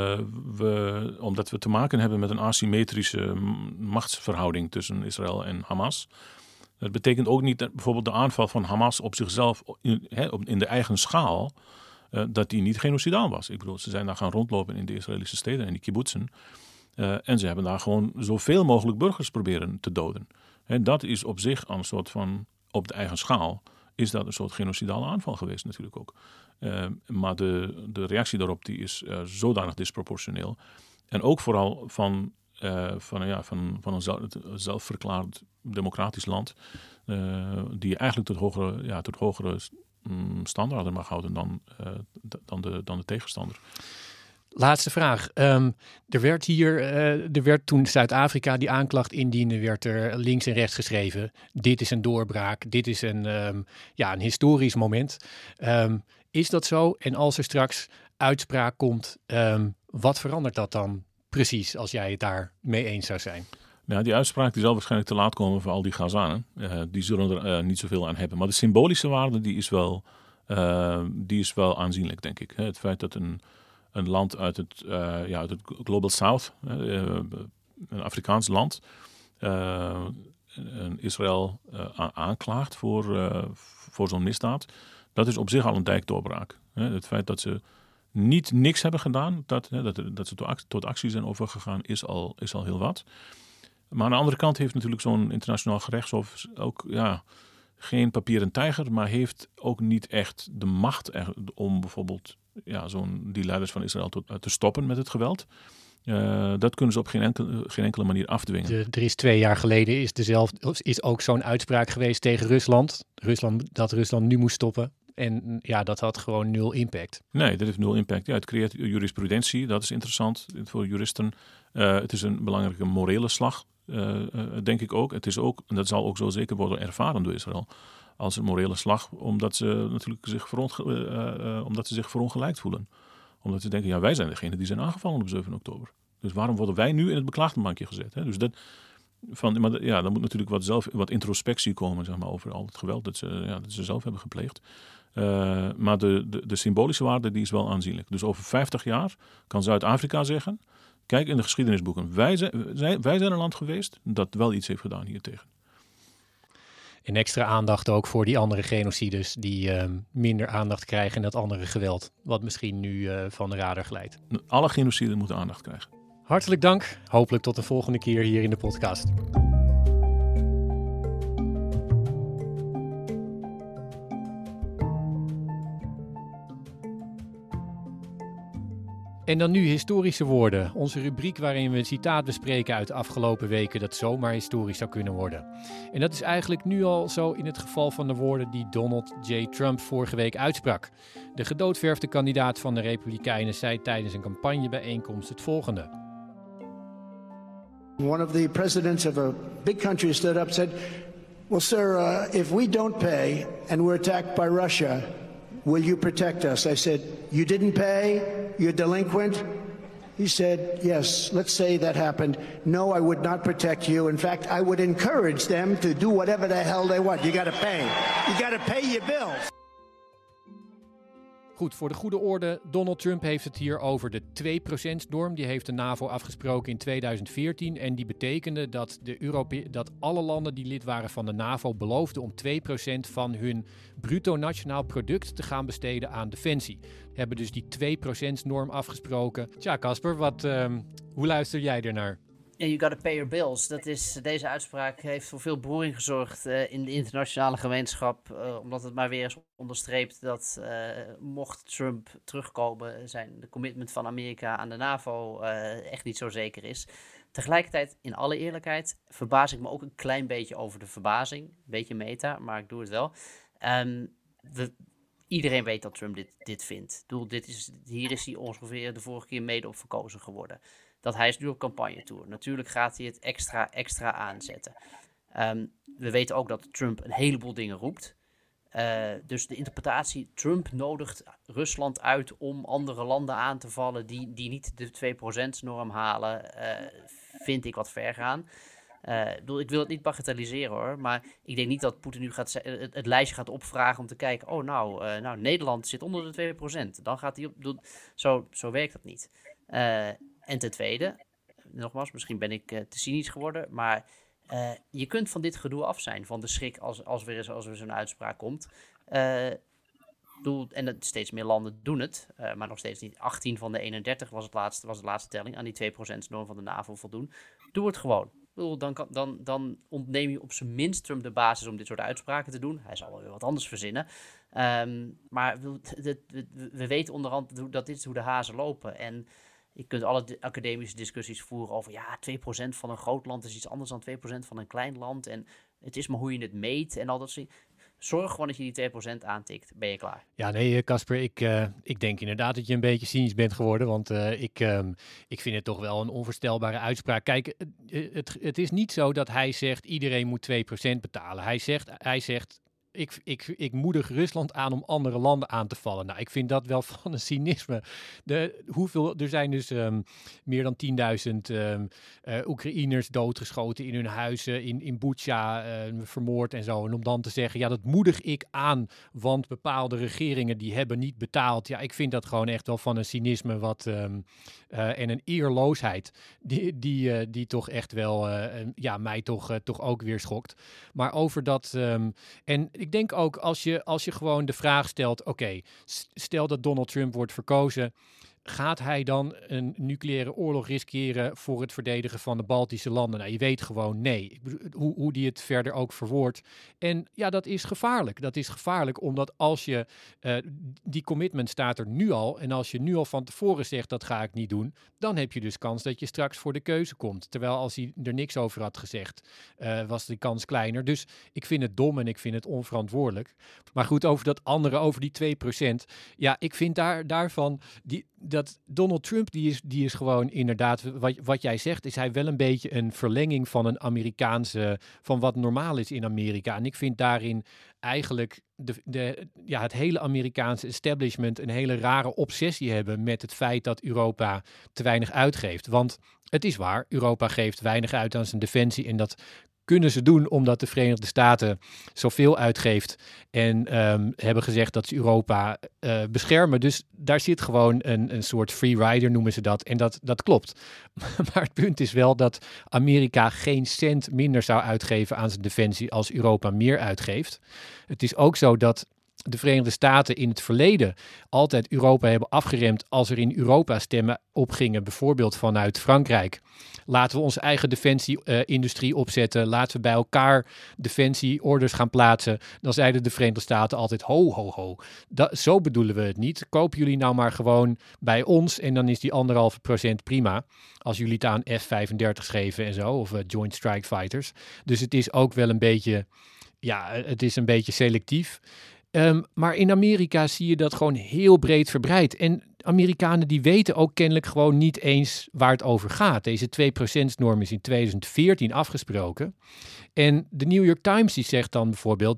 we te maken hebben met een asymmetrische machtsverhouding... tussen Israël en Hamas. Dat betekent ook niet dat bijvoorbeeld de aanval van Hamas op zichzelf... in de eigen schaal... dat die niet genocidaal was. Ik bedoel, ze zijn daar gaan rondlopen in de Israëlische steden... en die kibbutzen. En ze hebben daar gewoon zoveel mogelijk burgers proberen te doden. Dat is op zich een soort van... op de eigen schaal... is dat een soort genocidale aanval geweest natuurlijk ook. Maar de reactie daarop die is zodanig disproportioneel. En ook vooral van een zelfverklaard democratisch land... die eigenlijk tot hogere standaarden mag houden dan de tegenstander. Laatste vraag. Er werd toen Zuid-Afrika die aanklacht indiende, werd er links en rechts geschreven. Dit is een doorbraak. Dit is een historisch moment. Is dat zo? En als er straks uitspraak komt, wat verandert dat dan precies als jij het daar mee eens zou zijn? Nou, die uitspraak die zal waarschijnlijk te laat komen voor al die Gazanen. Die zullen er niet zoveel aan hebben. Maar de symbolische waarde die is wel aanzienlijk, denk ik. Het feit dat een land uit het Global South, een Afrikaans land, Israël aanklaagt voor zo'n misdaad. Dat is op zich al een dijkdoorbraak. Het feit dat ze niks hebben gedaan, dat ze tot actie zijn overgegaan, is al heel wat. Maar aan de andere kant heeft natuurlijk zo'n internationaal gerechtshof ook geen papieren tijger, maar heeft ook niet echt de macht om bijvoorbeeld die leiders van Israël te stoppen met het geweld. Dat kunnen ze op geen enkele manier afdwingen. Er is 2 jaar geleden is ook zo'n uitspraak geweest tegen Rusland. Dat Rusland nu moest stoppen. En dat had gewoon 0 impact. Nee, dat heeft 0 impact. Ja, het creëert jurisprudentie. Dat is interessant voor juristen. Het is een belangrijke morele slag, denk ik ook. Het is ook, en dat zal ook zo zeker worden ervaren door Israël, als een morele slag, omdat ze natuurlijk zich verongelijkt voelen. Omdat ze denken, wij zijn degene die zijn aangevallen op 7 oktober. Dus waarom worden wij nu in het beklaagdenbankje gezet? Hè? Dus dan moet natuurlijk wat introspectie komen, zeg maar, over al het geweld dat ze zelf hebben gepleegd. Maar de symbolische waarde die is wel aanzienlijk. Dus over 50 jaar kan Zuid-Afrika zeggen, kijk in de geschiedenisboeken, wij zijn een land geweest dat wel iets heeft gedaan hiertegen. En extra aandacht ook voor die andere genocides die minder aandacht krijgen en dat andere geweld, wat misschien nu van de radar glijdt. Alle genociden moeten aandacht krijgen. Hartelijk dank. Hopelijk tot de volgende keer hier in de podcast. En dan nu historische woorden. Onze rubriek waarin we een citaat bespreken uit de afgelopen weken dat zomaar historisch zou kunnen worden. En dat is eigenlijk nu al zo in het geval van de woorden die Donald J. Trump vorige week uitsprak. De gedoodverfde kandidaat van de Republikeinen zei tijdens een campagnebijeenkomst het volgende. One of the presidents of a big country stood up and said, well, sir, if we don't pay and we're attacked by Russia, will you protect us? I said, you didn't pay? You're delinquent? He said, yes, let's say that happened. No, I would not protect you. In fact, I would encourage them to do whatever the hell they want. You got to pay. You got to pay your bills. Goed, voor de goede orde, Donald Trump heeft het hier over de 2%-norm. Die heeft de NAVO afgesproken in 2014 en die betekende dat alle landen die lid waren van de NAVO beloofden om 2% van hun bruto nationaal product te gaan besteden aan defensie. Hebben dus die 2%-norm afgesproken. Tja, Casper, hoe luister jij ernaar? You gotta pay your bills. Deze uitspraak heeft voor veel beroering gezorgd in de internationale gemeenschap. Omdat het maar weer eens onderstreept dat mocht Trump terugkomen, de commitment van Amerika aan de NAVO echt niet zo zeker is. Tegelijkertijd, in alle eerlijkheid, verbaas ik me ook een klein beetje over de verbazing. Een beetje meta, maar ik doe het wel. Iedereen weet dat Trump dit vindt. Hier is hij ongeveer de vorige keer mede op verkozen geworden. Dat hij is nu op campagne-tour. Natuurlijk gaat hij het extra aanzetten. We weten ook dat Trump een heleboel dingen roept. Dus de interpretatie, Trump nodigt Rusland uit om andere landen aan te vallen die niet de 2%-norm halen, vind ik wat ver gaan. Ik wil het niet bagatelliseren hoor, maar ik denk niet dat Poetin nu het lijstje gaat opvragen om te kijken, Nederland zit onder de 2%. Dan gaat hij op. Zo werkt dat niet. En ten tweede, nogmaals, misschien ben ik te cynisch geworden, maar je kunt van dit gedoe af zijn, van de schrik als er zo'n uitspraak komt. En steeds meer landen doen het, maar nog steeds niet. 18 van de 31 was de laatste telling aan die 2%-norm van de NAVO voldoen. Doe het gewoon. Dan ontneem je op zijn minst Trump de basis om dit soort uitspraken te doen. Hij zal wel weer wat anders verzinnen. Maar we weten onderhand dat dit is hoe de hazen lopen. En je kunt alle academische discussies voeren over 2% van een groot land is iets anders dan 2% van een klein land. En het is maar hoe je het meet en al dat soort. Zorg gewoon dat je die 2% aantikt. Ben je klaar? Ja, nee, Casper, ik denk inderdaad dat je een beetje cynisch bent geworden. Want ik vind het toch wel een onvoorstelbare uitspraak. Kijk, het is niet zo dat hij zegt iedereen moet 2% betalen. Hij zegt ik moedig Rusland aan om andere landen aan te vallen. Nou, ik vind dat wel van een cynisme. Er zijn dus meer dan 10.000 Oekraïners doodgeschoten in hun huizen, in Bucha, vermoord en zo. En om dan te zeggen, dat moedig ik aan, want bepaalde regeringen die hebben niet betaald. Ja, ik vind dat gewoon echt wel van een cynisme en een eerloosheid die toch echt wel mij toch ook weer schokt. Maar over dat en ik denk ook als je gewoon de vraag stelt, oké, stel dat Donald Trump wordt verkozen, gaat hij dan een nucleaire oorlog riskeren voor het verdedigen van de Baltische landen? Nou, je weet gewoon nee. Hoe die het verder ook verwoordt. En ja, dat is gevaarlijk. Dat is gevaarlijk omdat als je, die commitment staat er nu al, en als je nu al van tevoren zegt dat ga ik niet doen, dan heb je dus kans dat je straks voor de keuze komt. Terwijl als hij er niks over had gezegd, was die kans kleiner. Dus ik vind het dom en ik vind het onverantwoordelijk. Maar goed, over die 2%. Ja, ik vind daarvan dat Donald Trump, die is gewoon inderdaad, wat jij zegt, is hij wel een beetje een verlenging van een Amerikaanse, van wat normaal is in Amerika. En ik vind daarin eigenlijk het hele Amerikaanse establishment een hele rare obsessie hebben met het feit dat Europa te weinig uitgeeft. Want het is waar, Europa geeft weinig uit aan zijn defensie en dat kunnen ze doen omdat de Verenigde Staten zoveel uitgeeft en hebben gezegd dat ze Europa beschermen. Dus daar zit gewoon een soort free rider, noemen ze dat. En dat klopt. Maar het punt is wel dat Amerika geen cent minder zou uitgeven aan zijn defensie als Europa meer uitgeeft. Het is ook zo dat de Verenigde Staten in het verleden altijd Europa hebben afgeremd als er in Europa stemmen opgingen, bijvoorbeeld vanuit Frankrijk. Laten we onze eigen defensie-industrie opzetten. Laten we bij elkaar defensieorders gaan plaatsen. Dan zeiden de Verenigde Staten altijd ho. Zo bedoelen we het niet. Kopen jullie nou maar gewoon bij ons en dan is die 1,5% prima. Als jullie het aan F-35 geven en zo, of Joint Strike Fighters. Dus het is ook wel een beetje, het is een beetje selectief. Maar in Amerika zie je dat gewoon heel breed verbreid. En Amerikanen die weten ook kennelijk gewoon niet eens waar het over gaat. Deze 2%-norm is in 2014 afgesproken. En de New York Times die zegt dan bijvoorbeeld...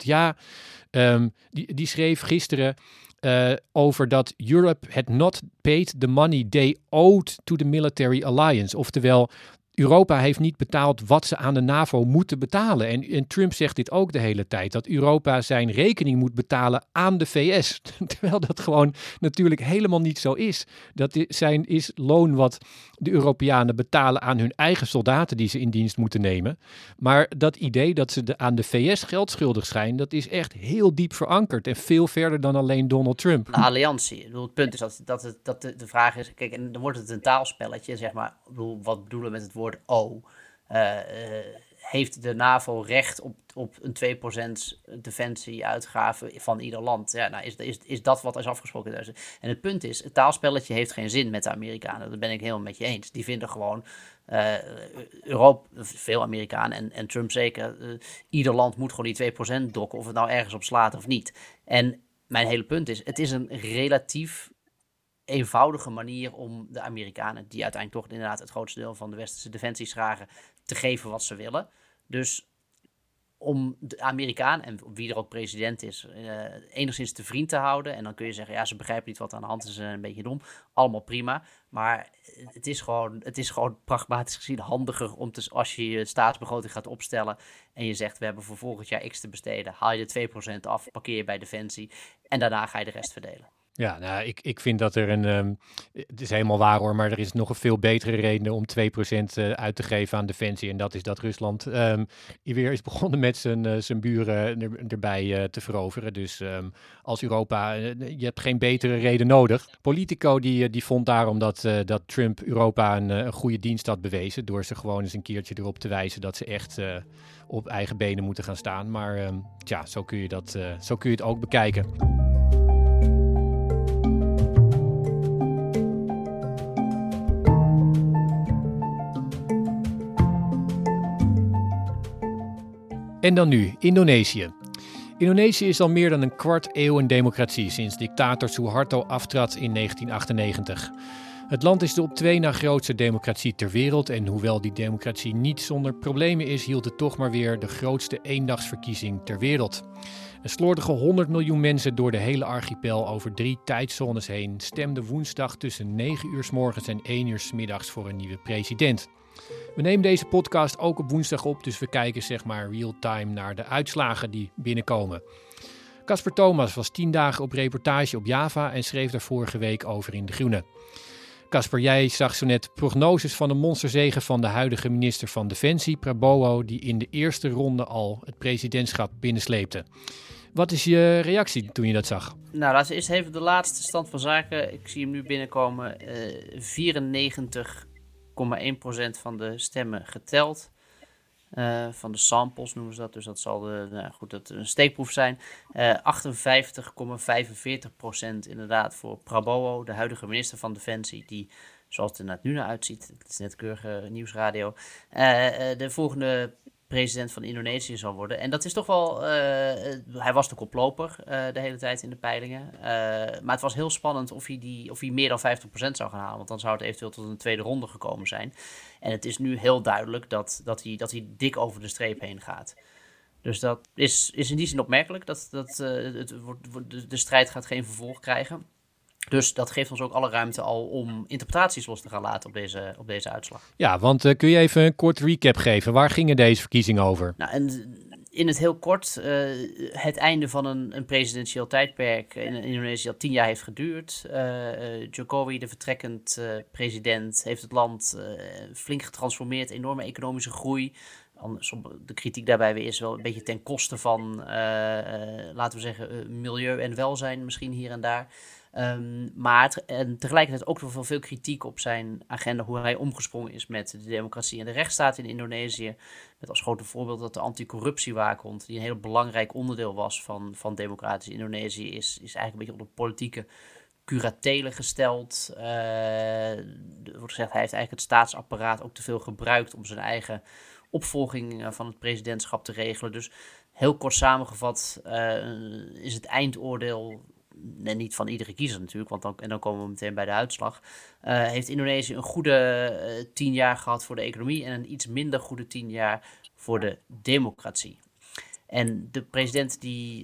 die schreef gisteren over dat Europe had not paid the money they owed to the military alliance. Oftewel, Europa heeft niet betaald wat ze aan de NAVO moeten betalen. En Trump zegt dit ook de hele tijd, dat Europa zijn rekening moet betalen aan de VS. Terwijl dat gewoon natuurlijk helemaal niet zo is. Dat is loon wat de Europeanen betalen aan hun eigen soldaten die ze in dienst moeten nemen. Maar dat idee dat ze aan de VS geld schuldig zijn, dat is echt heel diep verankerd en veel verder dan alleen Donald Trump. Een alliantie. Ik bedoel, het punt is dat de vraag is, kijk, en dan wordt het een taalspelletje, zeg maar. Ik bedoel, wat bedoelen we met het woord O? Heeft de NAVO recht op een 2% defensieuitgave van ieder land? Ja, nou, is dat wat is afgesproken? En het punt is, het taalspelletje heeft geen zin met de Amerikanen. Dat ben ik helemaal met je eens. Die vinden gewoon, Europa, veel Amerikanen en Trump zeker, ieder land moet gewoon die 2% dokken, of het nou ergens op slaat of niet. En mijn hele punt is, het is een relatief eenvoudige manier om de Amerikanen, die uiteindelijk toch inderdaad het grootste deel van de westerse defensie schragen, te geven wat ze willen. Dus om de Amerikaan, en wie er ook president is, enigszins te vriend te houden. En dan kun je zeggen, ja, ze begrijpen niet wat aan de hand is, ze zijn een beetje dom. Allemaal prima. Maar het is gewoon pragmatisch gezien handiger om als je je staatsbegroting gaat opstellen en je zegt, we hebben voor volgend jaar X te besteden, haal je de 2% af, parkeer je bij Defensie en daarna ga je de rest verdelen. Ja, nou, ik vind dat er het is helemaal waar hoor, maar er is nog een veel betere reden om 2% uit te geven aan defensie. En dat is dat Rusland weer is begonnen met zijn buren erbij te veroveren. Dus als Europa, je hebt geen betere reden nodig. Politico die vond daarom dat Trump Europa een goede dienst had bewezen, door ze gewoon eens een keertje erop te wijzen dat ze echt op eigen benen moeten gaan staan. Maar zo kun je het ook bekijken. En dan nu, Indonesië. Indonesië is al meer dan een kwart eeuw een democratie sinds dictator Suharto aftrad in 1998. Het land is de op 2 na grootste democratie ter wereld en hoewel die democratie niet zonder problemen is, hield het toch maar weer de grootste eendagsverkiezing ter wereld. Een slordige 100 miljoen mensen door de hele archipel over 3 tijdzones heen stemden woensdag tussen 9 uur 's morgens en 1 uur 's middags voor een nieuwe president. We nemen deze podcast ook op woensdag op, dus we kijken zeg maar real-time naar de uitslagen die binnenkomen. Casper Thomas was 10 dagen op reportage op Java en schreef daar vorige week over in De Groene. Casper, jij zag zo net prognoses van de monsterzege van de huidige minister van Defensie, Prabowo, die in de eerste ronde al het presidentschap binnensleepte. Wat is je reactie toen je dat zag? Nou, laten we eerst even de laatste stand van zaken. Ik zie hem nu binnenkomen. 94,1% van de stemmen geteld. Van de samples noemen ze dat. Dus dat zal dat een steekproef zijn. 58,45% inderdaad voor Prabowo, de huidige minister van Defensie. Die, zoals het er nu naar uitziet, het is net keurige nieuwsradio, de volgende president van Indonesië zal worden. En dat is toch wel, hij was de koploper de hele tijd in de peilingen. Maar het was heel spannend of hij meer dan 50% zou gaan halen. Want dan zou het eventueel tot een tweede ronde gekomen zijn. En het is nu heel duidelijk dat hij dik over de streep heen gaat. Dus dat is in die zin opmerkelijk. De strijd gaat geen vervolg krijgen. Dus dat geeft ons ook alle ruimte al om interpretaties los te gaan laten op deze uitslag. Ja, want kun je even een kort recap geven? Waar gingen deze verkiezingen over? Nou, en in het heel kort, het einde van een presidentieel tijdperk in Indonesië dat 10 jaar heeft geduurd. Jokowi, de vertrekkend president, heeft het land flink getransformeerd. Enorme economische groei. De kritiek daarbij weer is wel een beetje ten koste van, laten we zeggen, milieu en welzijn misschien hier en daar. Maar tegelijkertijd ook wel veel kritiek op zijn agenda, hoe hij omgesprongen is met de democratie en de rechtsstaat in Indonesië. Met als grote voorbeeld dat de anticorruptiewaakhond, die een heel belangrijk onderdeel was van democratisch Indonesië, is eigenlijk een beetje onder politieke curatelen gesteld. Er wordt gezegd, hij heeft eigenlijk het staatsapparaat ook te veel gebruikt om zijn eigen opvolging van het presidentschap te regelen. Dus heel kort samengevat is het eindoordeel, en niet van iedere kiezer natuurlijk, want dan komen we meteen bij de uitslag. Heeft Indonesië een goede 10 jaar gehad voor de economie en een iets minder goede 10 jaar voor de democratie. En de president,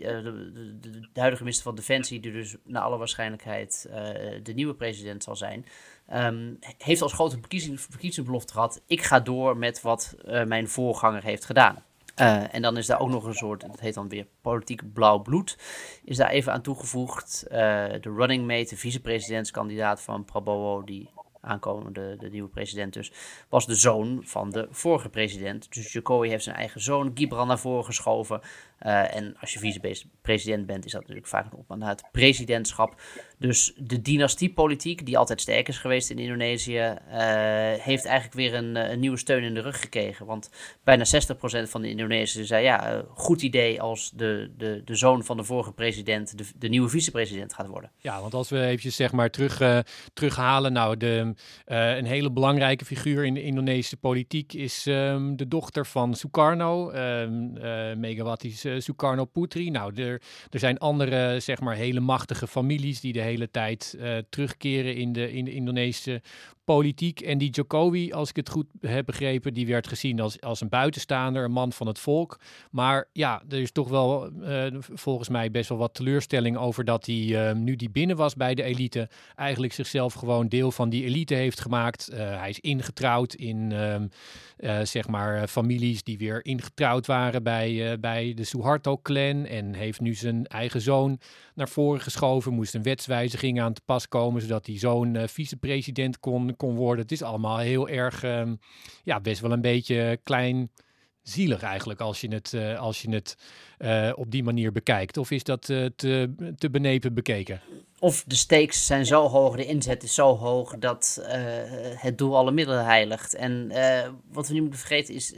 de huidige minister van Defensie, die dus naar alle waarschijnlijkheid de nieuwe president zal zijn, heeft als grote verkiezingsbelofte gehad: ik ga door met wat mijn voorganger heeft gedaan. En dan is daar ook nog een soort, dat heet dan weer politiek blauw bloed, is daar even aan toegevoegd. De running mate, de vicepresidentskandidaat van Prabowo, die aankomende de nieuwe president dus, was de zoon van de vorige president. Dus Jokowi heeft zijn eigen zoon Gibran naar voren geschoven. En als je vicepresident bent, is dat natuurlijk vaak een opmaat naar het presidentschap. Dus de dynastiepolitiek, die altijd sterk is geweest in Indonesië, heeft eigenlijk weer een nieuwe steun in de rug gekregen. Want bijna 60% van de Indonesiërs zei, goed idee als de zoon van de vorige president de nieuwe vicepresident gaat worden. Ja, want als we eventjes zeg maar terughalen, nou een hele belangrijke figuur in de Indonesische politiek is de dochter van Sukarno, Megawati Sukarno Putri. Nou, er zijn andere zeg maar hele machtige families die de hele tijd terugkeren in de Indonesische politiek. En die Jokowi, als ik het goed heb begrepen, die werd gezien als een buitenstaander, een man van het volk. Maar ja, er is toch wel volgens mij best wel wat teleurstelling over dat hij, nu die binnen was bij de elite, eigenlijk zichzelf gewoon deel van die elite heeft gemaakt. Hij is ingetrouwd in zeg maar families die weer ingetrouwd waren bij de Suharto-clan en heeft nu zijn eigen zoon naar voren geschoven. Moest een wetswijziging aan te pas komen, zodat die zoon vicepresident kon worden. Het is allemaal heel erg, best wel een beetje kleinzielig eigenlijk als je het op die manier bekijkt. Of is dat te benepen bekeken? Of de stakes zijn zo hoog, de inzet is zo hoog dat het doel alle middelen heiligt. En wat we niet moeten vergeten is,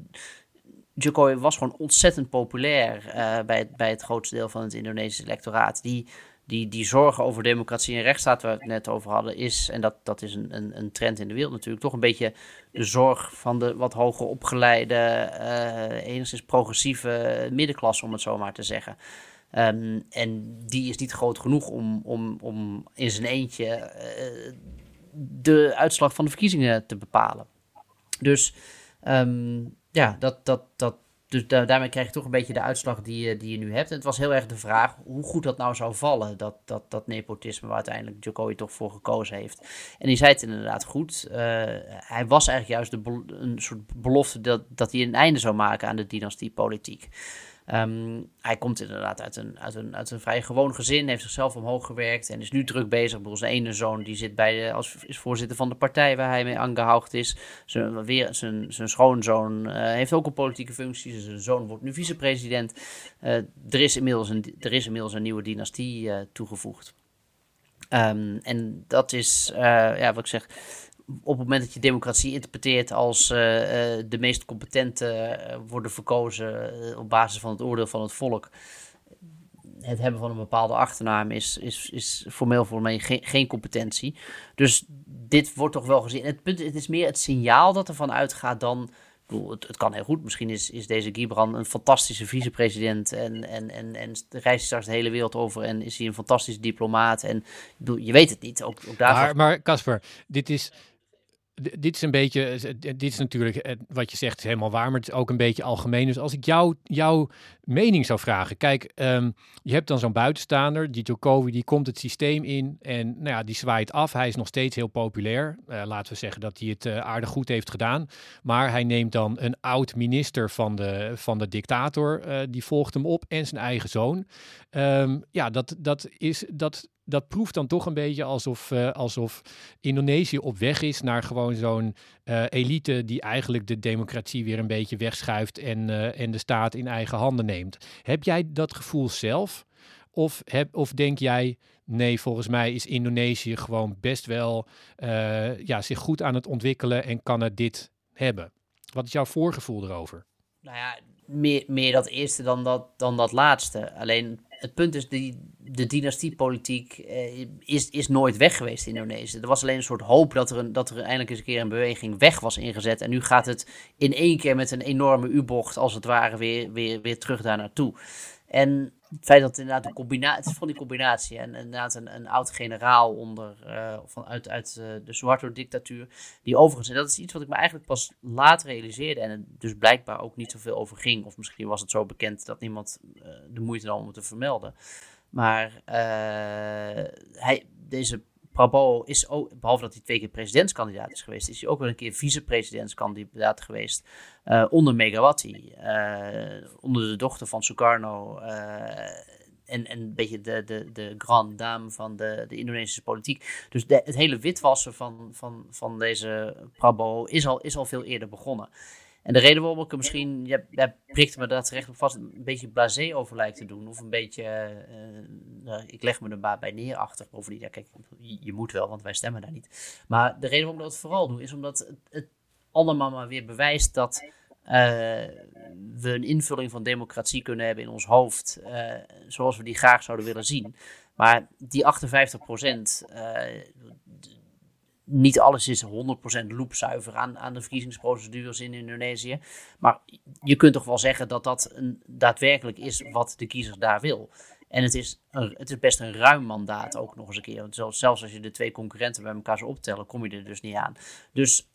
Jokowi was gewoon ontzettend populair bij het grootste deel van het Indonesische electoraat. Die zorgen over democratie en rechtsstaat waar we het net over hadden is, en dat is een trend in de wereld natuurlijk, toch een beetje de zorg van de wat hoger opgeleide, enigszins progressieve middenklasse, om het zo maar te zeggen. En die is niet groot genoeg om in zijn eentje de uitslag van de verkiezingen te bepalen. Dus dus daarmee krijg je toch een beetje de uitslag die je nu hebt. En het was heel erg de vraag hoe goed dat nou zou vallen, dat nepotisme waar uiteindelijk Jokowi toch voor gekozen heeft. En die zei het inderdaad goed. Hij was eigenlijk juist een soort belofte dat hij een einde zou maken aan de dynastiepolitiek. Hij komt inderdaad uit een vrij gewoon gezin, heeft zichzelf omhoog gewerkt en is nu druk bezig. Zijn ene zoon die zit is voorzitter van de partij waar hij mee aangehouden is. Zijn schoonzoon heeft ook een politieke functie. Zijn zoon wordt nu vicepresident. Er is inmiddels een nieuwe dynastie toegevoegd. En dat is, wat ik zeg, op het moment dat je democratie interpreteert als de meest competente worden verkozen op basis van het oordeel van het volk. Het hebben van een bepaalde achternaam is formeel voor mij geen competentie. Dus dit wordt toch wel gezien. Het is meer het signaal dat ervan uitgaat dan. Het kan heel goed. Misschien is deze Gibran een fantastische vicepresident en reist hij straks de hele wereld over en is hij een fantastische diplomaat. En je weet het niet. Ook daarvan. Maar Casper, dit is een beetje, dit is natuurlijk wat je zegt is helemaal waar, maar het is ook een beetje algemeen. Dus als ik jouw mening zou vragen, kijk, je hebt dan zo'n buitenstaander, die Jokowi, die komt het systeem in en die zwaait af. Hij is nog steeds heel populair. Laten we zeggen dat hij het aardig goed heeft gedaan. Maar hij neemt dan een oud minister van de dictator, die volgt hem op en zijn eigen zoon. Dat proeft dan toch een beetje alsof Indonesië op weg is naar gewoon zo'n elite die eigenlijk de democratie weer een beetje wegschuift en de staat in eigen handen neemt. Heb jij dat gevoel zelf? Of denk jij, nee, volgens mij is Indonesië gewoon best wel zich goed aan het ontwikkelen en kan het dit hebben? Wat is jouw voorgevoel erover? Nou ja, meer dat eerste dan dat laatste. Alleen het punt is, de dynastiepolitiek is nooit weg geweest in Indonesië. Er was alleen een soort hoop dat er eindelijk eens een keer een beweging weg was ingezet. En nu gaat het in één keer met een enorme U-bocht als het ware weer terug daar naartoe. En het feit dat inderdaad het is van die combinatie. En inderdaad een oud generaal uit de Suharto-dictatuur. Die overigens, en dat is iets wat ik me eigenlijk pas laat realiseerde. En er dus blijkbaar ook niet zoveel over ging. Of misschien was het zo bekend dat niemand de moeite nam om het te vermelden. Maar deze Prabowo is ook, behalve dat hij 2 keer presidentskandidaat is geweest, is hij ook wel een keer vicepresidentskandidaat geweest onder Megawati, onder de dochter van Sukarno en een beetje de grande dame van de Indonesische politiek. Dus het hele witwassen van deze Prabowo is al veel eerder begonnen. En de reden waarom ik er misschien, jij prikt me daar terecht op vast, een beetje blasé over lijkt te doen. Of een beetje, ik leg me er maar bij neerachtig over die. Ja, kijk, je moet wel, want wij stemmen daar niet. Maar de reden waarom ik dat vooral doe, is omdat het allemaal maar weer bewijst dat we een invulling van democratie kunnen hebben in ons hoofd. Zoals we die graag zouden willen zien. Maar die 58%... niet alles is 100% loepzuiver aan de verkiezingsprocedures in Indonesië. Maar je kunt toch wel zeggen dat dat daadwerkelijk is wat de kiezer daar wil. En het is best een ruim mandaat ook nog eens een keer. Want zelfs als je de 2 concurrenten bij elkaar zou optellen, kom je er dus niet aan. Dus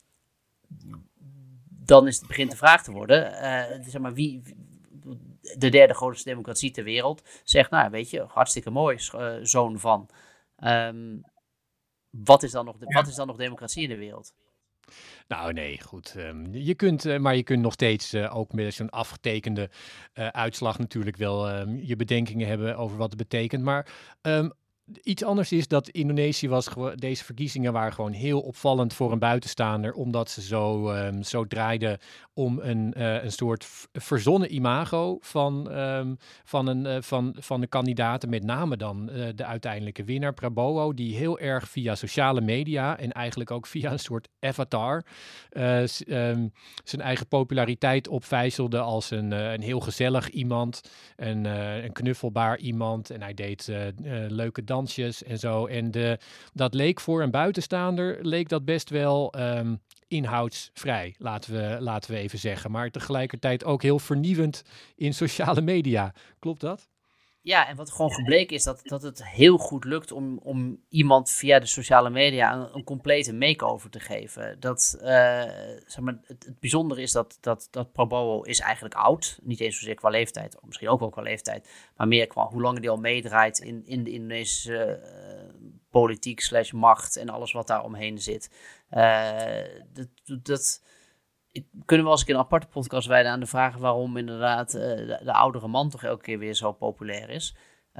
dan begint de vraag te worden, zeg maar, wie de derde grootste democratie ter wereld zegt, nou weet je, hartstikke mooi, zoon van... Wat is dan nog democratie in de wereld? Nou nee, goed. Je kunt nog steeds ook met zo'n afgetekende uitslag natuurlijk wel je bedenkingen hebben over wat het betekent. Maar iets anders is dat Indonesië deze verkiezingen waren gewoon heel opvallend voor een buitenstaander, omdat ze zo draaiden om een soort verzonnen imago van de kandidaten, met name dan de uiteindelijke winnaar Prabowo, die heel erg via sociale media en eigenlijk ook via een soort avatar zijn eigen populariteit opvijzelde als een heel gezellig iemand, een knuffelbaar iemand, en hij deed leuke dansjes en zo. En dat leek voor een buitenstaander dat best wel inhoudsvrij, laten we even zeggen. Maar tegelijkertijd ook heel vernieuwend in sociale media. Klopt dat? Ja, en wat gewoon gebleken is dat het heel goed lukt om iemand via de sociale media een complete make-over te geven. Zeg maar, het bijzondere is dat Prabowo is eigenlijk oud. Niet eens zozeer qua leeftijd, misschien ook wel qua leeftijd. Maar meer qua hoe lang hij al meedraait in de Indonesische politiek / macht en alles wat daar omheen zit. Kunnen we als ik een aparte podcast wijden aan de vraag waarom inderdaad de oudere man toch elke keer weer zo populair is.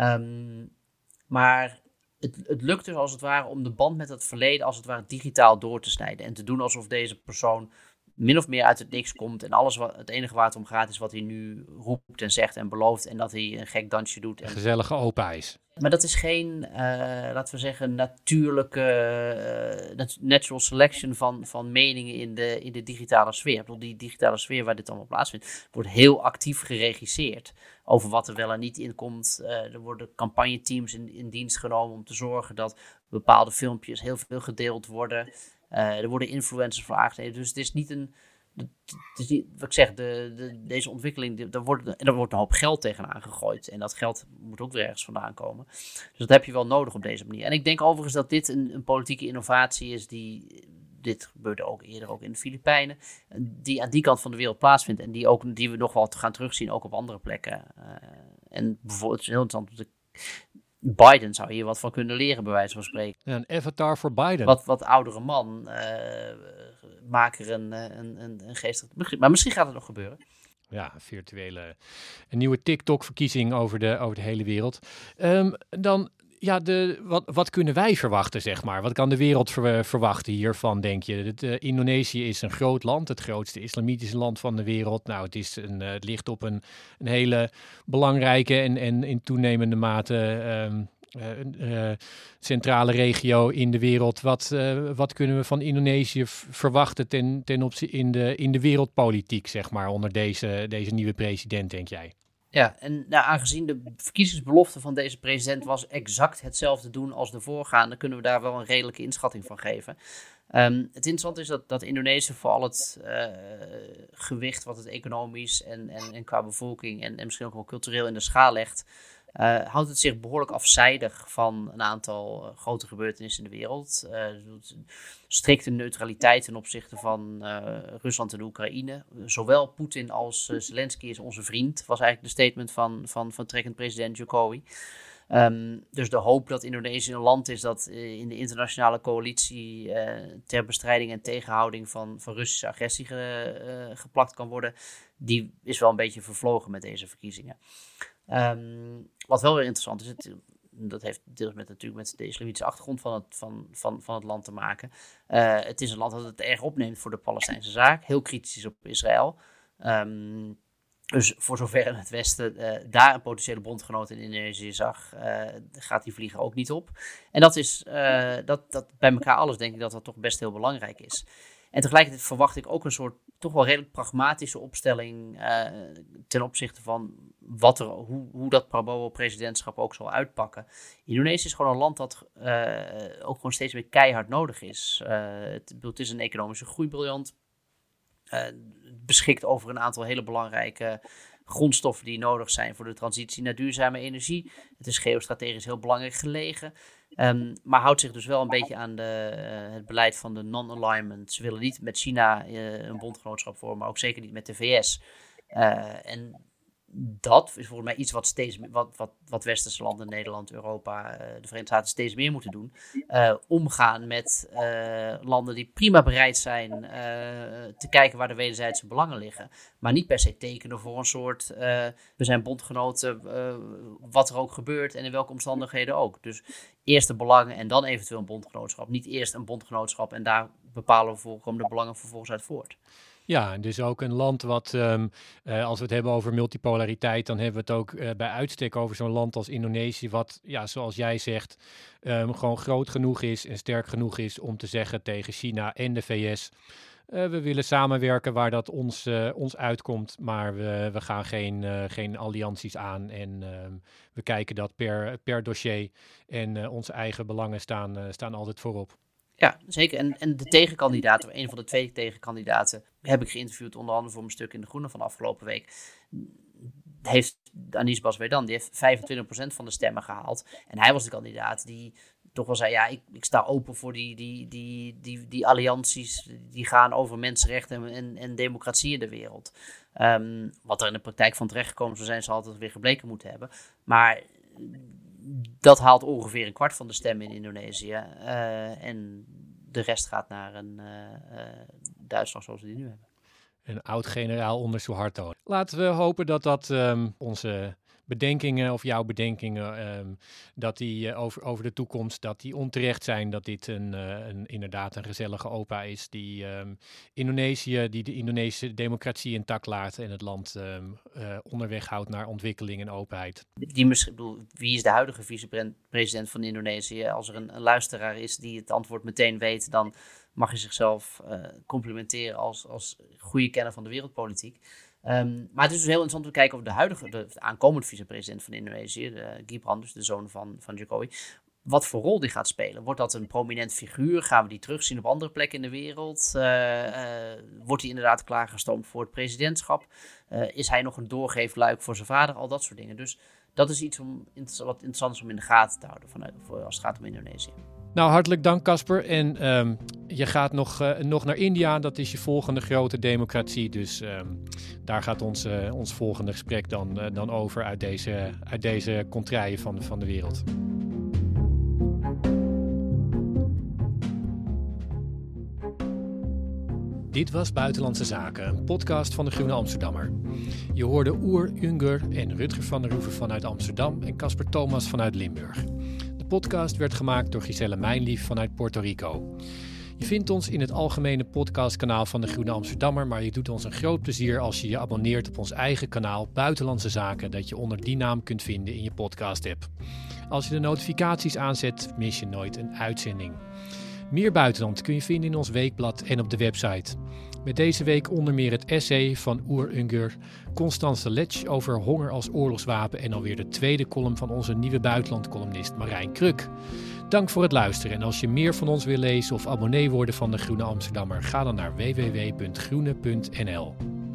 Maar het lukt dus als het ware om de band met het verleden als het ware digitaal door te snijden. En te doen alsof deze persoon min of meer uit het niks komt. En het enige waar het om gaat is wat hij nu roept en zegt en belooft. En dat hij een gek dansje doet. Een gezellige opa is. Maar dat is geen, laten we zeggen, natuurlijke natural selection van meningen in de digitale sfeer. Ik bedoel, die digitale sfeer waar dit allemaal plaatsvindt, wordt heel actief geregisseerd over wat er wel en niet in komt. Er worden campagneteams in dienst genomen om te zorgen dat bepaalde filmpjes heel veel gedeeld worden. Er worden influencers voor aangegeven. Dus het is niet wat ik zeg, deze ontwikkeling, er wordt een hoop geld tegenaan gegooid. En dat geld moet ook weer ergens vandaan komen. Dus dat heb je wel nodig op deze manier. En ik denk overigens dat dit een politieke innovatie is dit gebeurde ook eerder ook in de Filipijnen, die aan die kant van de wereld plaatsvindt. En die we nog wel gaan terugzien, ook op andere plekken. En bijvoorbeeld, het is heel interessant, Biden zou hier wat van kunnen leren, bij wijze van spreken. Ja, een avatar voor Biden. Wat oudere man, maak er een geestig... Maar misschien gaat het nog gebeuren. Ja, een nieuwe TikTok-verkiezing over de hele wereld. Dan, ja, wat kunnen wij verwachten, zeg maar? Wat kan de wereld verwachten hiervan, denk je? Indonesië is een groot land, het grootste islamitische land van de wereld. Nou, het ligt op een hele belangrijke en in toenemende mate centrale regio in de wereld. Wat kunnen we van Indonesië verwachten ten opzichte in de wereldpolitiek, zeg maar, onder deze nieuwe president, denk jij? Ja, en aangezien de verkiezingsbelofte van deze president was exact hetzelfde doen als de voorgaande, kunnen we daar wel een redelijke inschatting van geven. Het interessante is dat Indonesië vooral het gewicht wat het economisch en qua bevolking en misschien ook wel cultureel in de schaal legt, houdt het zich behoorlijk afzijdig van een aantal grote gebeurtenissen in de wereld. Strikte neutraliteit ten opzichte van Rusland en Oekraïne. Zowel Poetin als Zelensky is onze vriend, was eigenlijk de statement van vertrekkend president Jokowi. Dus de hoop dat Indonesië een land is dat in de internationale coalitie ter bestrijding en tegenhouding van Russische agressie geplakt kan worden, die is wel een beetje vervlogen met deze verkiezingen. Wat wel weer interessant is, dat heeft deels natuurlijk met de islamitische achtergrond van het land te maken. Het is een land dat het erg opneemt voor de Palestijnse zaak, heel kritisch is op Israël. Dus voor zover het Westen daar een potentiële bondgenoot in Indonesië zag, gaat die vliegen ook niet op. En dat is dat bij elkaar alles denk ik dat toch best heel belangrijk is. En tegelijkertijd verwacht ik ook een soort toch wel redelijk pragmatische opstelling ten opzichte van hoe dat Prabowo-presidentschap ook zal uitpakken. Indonesië is gewoon een land dat ook gewoon steeds meer keihard nodig is. Het is een economische groeibriljant. Beschikt over een aantal hele belangrijke grondstoffen die nodig zijn voor de transitie naar duurzame energie. Het is geostrategisch heel belangrijk gelegen. Maar houdt zich dus wel een beetje aan het beleid van de non-alignment. Ze willen niet met China een bondgenootschap vormen, maar ook zeker niet met de VS. En dat is volgens mij iets wat westerse landen, Nederland, Europa, de Verenigde Staten steeds meer moeten doen. Omgaan met landen die prima bereid zijn te kijken waar de wederzijdse belangen liggen. Maar niet per se tekenen voor een soort, we zijn bondgenoten, wat er ook gebeurt en in welke omstandigheden ook. Dus eerst de belangen en dan eventueel een bondgenootschap. Niet eerst een bondgenootschap en daar bepalen we komen de belangen vervolgens uit voort. Ja, dus ook een land wat, als we het hebben over multipolariteit, dan hebben we het ook bij uitstek over zo'n land als Indonesië, wat, ja, zoals jij zegt, gewoon groot genoeg is en sterk genoeg is om te zeggen tegen China en de VS, we willen samenwerken waar dat ons uitkomt, maar we gaan geen allianties aan en we kijken dat per dossier en onze eigen belangen staan altijd voorop. Ja, zeker. En de tegenkandidaat, of een van de twee tegenkandidaten, heb ik geïnterviewd, onder andere voor mijn stuk in De Groene van afgelopen week. Heeft Anies Baswedan, die heeft 25% van de stemmen gehaald. En hij was de kandidaat die toch wel zei, ja, ik sta open voor die allianties die gaan over mensenrechten en democratie in de wereld. Wat er in de praktijk van terechtgekomen zou zijn, zal altijd weer gebleken moeten hebben. Maar dat haalt ongeveer een kwart van de stemmen in Indonesië. En de rest gaat naar een Duitsland zoals we die nu hebben. Een oud-generaal onder Suharto. Laten we hopen dat onze bedenkingen of jouw bedenkingen, dat die over de toekomst, dat die onterecht zijn, dat dit inderdaad een gezellige opa is die Indonesië, die de Indonesische democratie intact laat en het land onderweg houdt naar ontwikkeling en openheid. Wie is de huidige vicepresident van Indonesië? Als er een luisteraar is die het antwoord meteen weet, dan mag je zichzelf complimenteren als goede kenner van de wereldpolitiek. Maar het is dus heel interessant om te kijken of de aankomende vicepresident van Indonesië, Gibran, dus de zoon van Jokowi, wat voor rol die gaat spelen. Wordt dat een prominent figuur? Gaan we die terugzien op andere plekken in de wereld? Wordt hij inderdaad klaargestoomd voor het presidentschap? Is hij nog een doorgeefluik voor zijn vader? Al dat soort dingen. Dus dat is iets wat interessant is om in de gaten te houden als het gaat om Indonesië. Nou, hartelijk dank Casper. En je gaat nog naar India. Dat is je volgende grote democratie. Dus daar gaat ons volgende gesprek dan over uit deze contraien van de wereld. Dit was Buitenlandse Zaken, een podcast van de Groene Amsterdammer. Je hoorde Oer Unger en Rutger van der Hoeven vanuit Amsterdam en Casper Thomas vanuit Limburg. De podcast werd gemaakt door Giselle Mijnlief vanuit Puerto Rico. Je vindt ons in het algemene podcastkanaal van de Groene Amsterdammer, maar je doet ons een groot plezier als je je abonneert op ons eigen kanaal Buitenlandse Zaken, dat je onder die naam kunt vinden in je podcast-app. Als je de notificaties aanzet, mis je nooit een uitzending. Meer buitenland kun je vinden in ons weekblad en op de website. Met deze week onder meer het essay van Uğur Ünger, Constance Letsch over honger als oorlogswapen en alweer de tweede column van onze nieuwe buitenlandcolumnist Marijn Kruk. Dank voor het luisteren en als je meer van ons wil lezen of abonnee worden van de Groene Amsterdammer, ga dan naar www.groene.nl.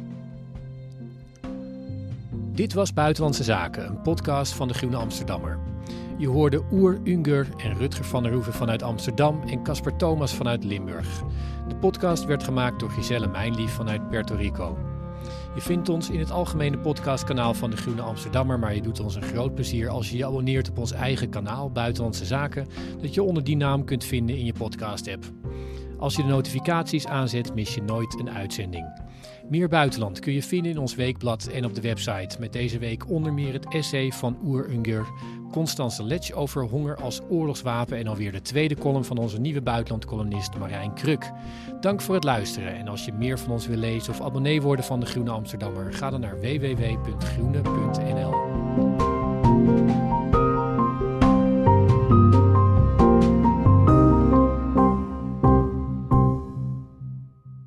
Dit was Buitenlandse Zaken, een podcast van de Groene Amsterdammer. Je hoorde Uğur Ünger en Rutger van der Hoeven vanuit Amsterdam en Casper Thomas vanuit Limburg. De podcast werd gemaakt door Giselle Mijnlief vanuit Puerto Rico. Je vindt ons in het algemene podcastkanaal van de Groene Amsterdammer, maar je doet ons een groot plezier als je je abonneert op ons eigen kanaal Buitenlandse Zaken, dat je onder die naam kunt vinden in je podcast-app. Als je de notificaties aanzet, mis je nooit een uitzending. Meer buitenland kun je vinden in ons weekblad en op de website. Met deze week onder meer het essay van Uğur Ünger, Constance Letsch over honger als oorlogswapen en alweer de tweede column van onze nieuwe buitenlandcolumnist Marijn Kruk. Dank voor het luisteren en als je meer van ons wil lezen of abonnee worden van de Groene Amsterdammer, ga dan naar www.groene.nl.